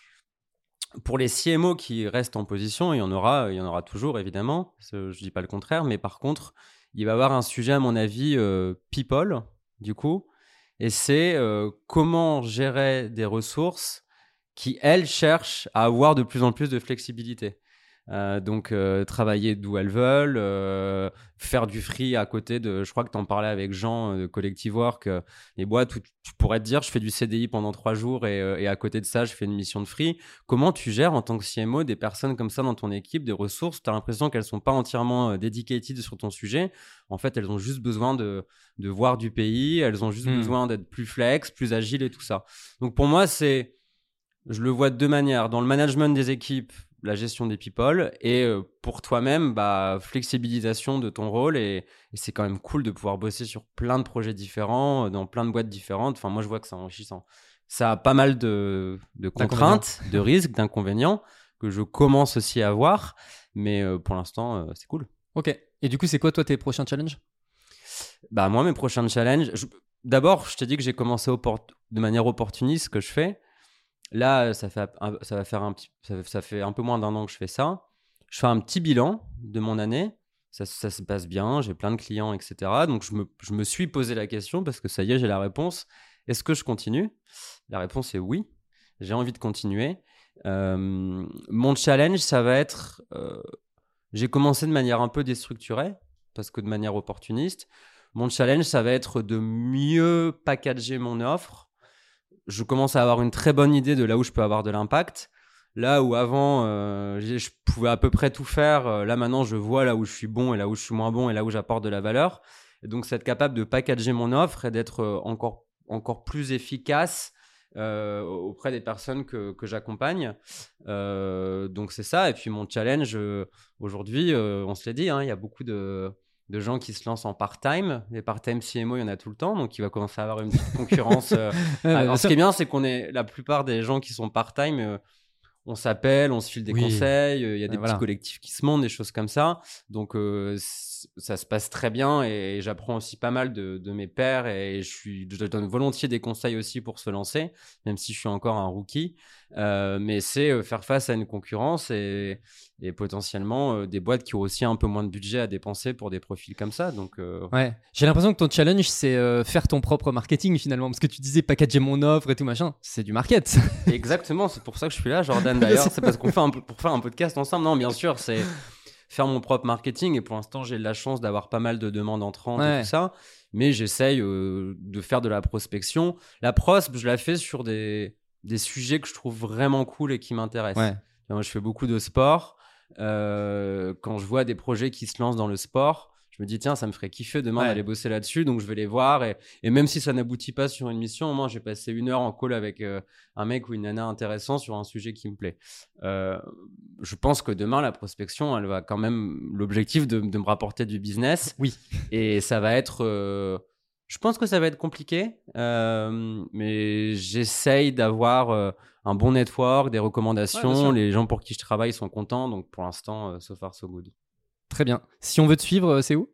Pour les C M O qui restent en position, il y en aura, il y en aura toujours, évidemment. Je ne dis pas le contraire. Mais par contre, il va y avoir un sujet, à mon avis, euh, people, du coup. Et c'est euh, comment gérer des ressources qui, elles, cherchent à avoir de plus en plus de flexibilité. Euh, donc, euh, travailler d'où elles veulent, euh, faire du free à côté de... Je crois que tu en parlais avec Jean de Collective Work. Euh, les boîtes où tu pourrais te dire, je fais du C D I pendant trois jours et, euh, et à côté de ça, je fais une mission de free. Comment tu gères en tant que C M O des personnes comme ça dans ton équipe, des ressources? Tu as l'impression qu'elles ne sont pas entièrement euh, dedicated sur ton sujet. En fait, elles ont juste besoin de, de voir du pays, elles ont juste mmh. besoin d'être plus flex, plus agiles et tout ça. Donc, pour moi, c'est... Je le vois de deux manières. Dans le management des équipes, la gestion des people, et euh, pour toi-même, bah, flexibilisation de ton rôle. Et, et c'est quand même cool de pouvoir bosser sur plein de projets différents, dans plein de boîtes différentes. Enfin, moi, je vois que c'est enrichissant. Ça a pas mal de, de contraintes, de risques, d'inconvénients que je commence aussi à voir. Mais euh, pour l'instant, euh, c'est cool. Ok. Et du coup, c'est quoi, toi, tes prochains challenges? Bah, moi, mes prochains challenges... Je... D'abord, je t'ai dit que j'ai commencé oppor... de manière opportuniste ce que je fais. Là, ça fait, un, ça va faire un petit, ça, ça fait un peu moins d'un an que je fais ça. Je fais un petit bilan de mon année. Ça, ça se passe bien, j'ai plein de clients, et cetera. Donc, je me, je me suis posé la question parce que ça y est, j'ai la réponse. Est-ce que je continue? La réponse est oui. J'ai envie de continuer. Euh, mon challenge, ça va être... Euh, j'ai commencé de manière un peu déstructurée parce que de manière opportuniste. Mon challenge, ça va être de mieux packager mon offre. Je commence à avoir une très bonne idée de là où je peux avoir de l'impact. Là où avant, euh, je pouvais à peu près tout faire, euh, là maintenant je vois là où je suis bon et là où je suis moins bon et là où j'apporte de la valeur. Et donc, c'est être capable de packager mon offre et d'être euh, encore, encore plus efficace euh, auprès des personnes que, que j'accompagne. Euh, donc, c'est ça. Et puis, mon challenge euh, aujourd'hui, euh, on se l'a dit, hein, il y a beaucoup de, de gens qui se lancent en part-time. Les part-time C M O, il y en a tout le temps. Donc, il va commencer à avoir une petite concurrence. Euh. Ouais, bah, Alors, bien ce sûr. qui est bien, c'est qu'on est la plupart des gens qui sont part-time. Euh, on s'appelle, on se file des Oui. conseils, il euh, y a Ouais, des voilà. petits collectifs qui se montent, des choses comme ça. Donc, euh, ça se passe très bien et, et j'apprends aussi pas mal de, de mes pairs et je, suis, je donne volontiers des conseils aussi pour se lancer, même si je suis encore un rookie. Euh, mais c'est euh, faire face à une concurrence et, et potentiellement euh, des boîtes qui ont aussi un peu moins de budget à dépenser pour des profils comme ça. Donc, euh... Ouais, j'ai l'impression que ton challenge, c'est euh, faire ton propre marketing finalement. Parce que tu disais packager mon offre et tout machin. C'est du market. Exactement, c'est pour ça que je suis là, Jordan, d'ailleurs. C'est parce qu'on fait un, pour faire un podcast ensemble. Non, bien sûr, c'est faire mon propre marketing. Et pour l'instant, j'ai de la chance d'avoir pas mal de demandes entrantes Ouais. et tout ça. Mais j'essaye euh, de faire de la prospection. La prospe, je la fais sur des, des sujets que je trouve vraiment cool et qui m'intéressent. Ouais. Moi, je fais beaucoup de sport. Euh, quand je vois des projets qui se lancent dans le sport, je me dis, tiens, ça me ferait kiffer demain Ouais. d'aller bosser là-dessus. Donc, je vais les voir. Et, et même si ça n'aboutit pas sur une mission, au moins, j'ai passé une heure en call avec euh, un mec ou une nana intéressant sur un sujet qui me plaît. Euh, je pense que demain, la prospection, elle va quand même l'objectif de, de me rapporter du business. Oui. Et ça va être... Euh, je pense que ça va être compliqué, euh, mais j'essaye d'avoir euh, un bon network, des Ouais, bien recommandations. sûr. Les gens pour qui je travaille sont contents. Donc, pour l'instant, euh, so far, so good. Très bien. Si on veut te suivre, euh, c'est où?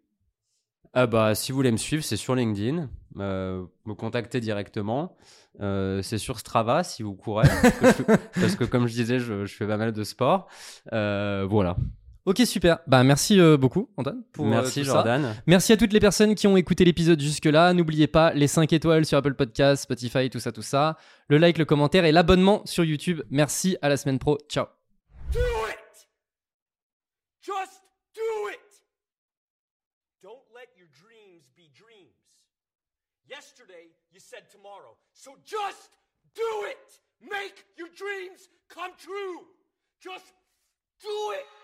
Ah bah, si vous voulez me suivre, c'est sur LinkedIn. Euh, me contacter directement. Euh, c'est sur Strava si vous courez. Parce que, je fais- parce que comme je disais, je, je fais pas mal de sport. Euh, voilà. Ok, super. Bah, merci euh, beaucoup, Antoine, pour euh, Merci tout ça. Jordan. Merci à toutes les personnes qui ont écouté l'épisode jusque-là. N'oubliez pas les cinq étoiles sur Apple Podcasts, Spotify, tout ça, tout ça. Le like, le commentaire et l'abonnement sur YouTube. Merci, à la semaine pro. Ciao. Do it! Just do it! Don't let your dreams be dreams. Yesterday, you said tomorrow. So just do it! Make your dreams come true! Just do it!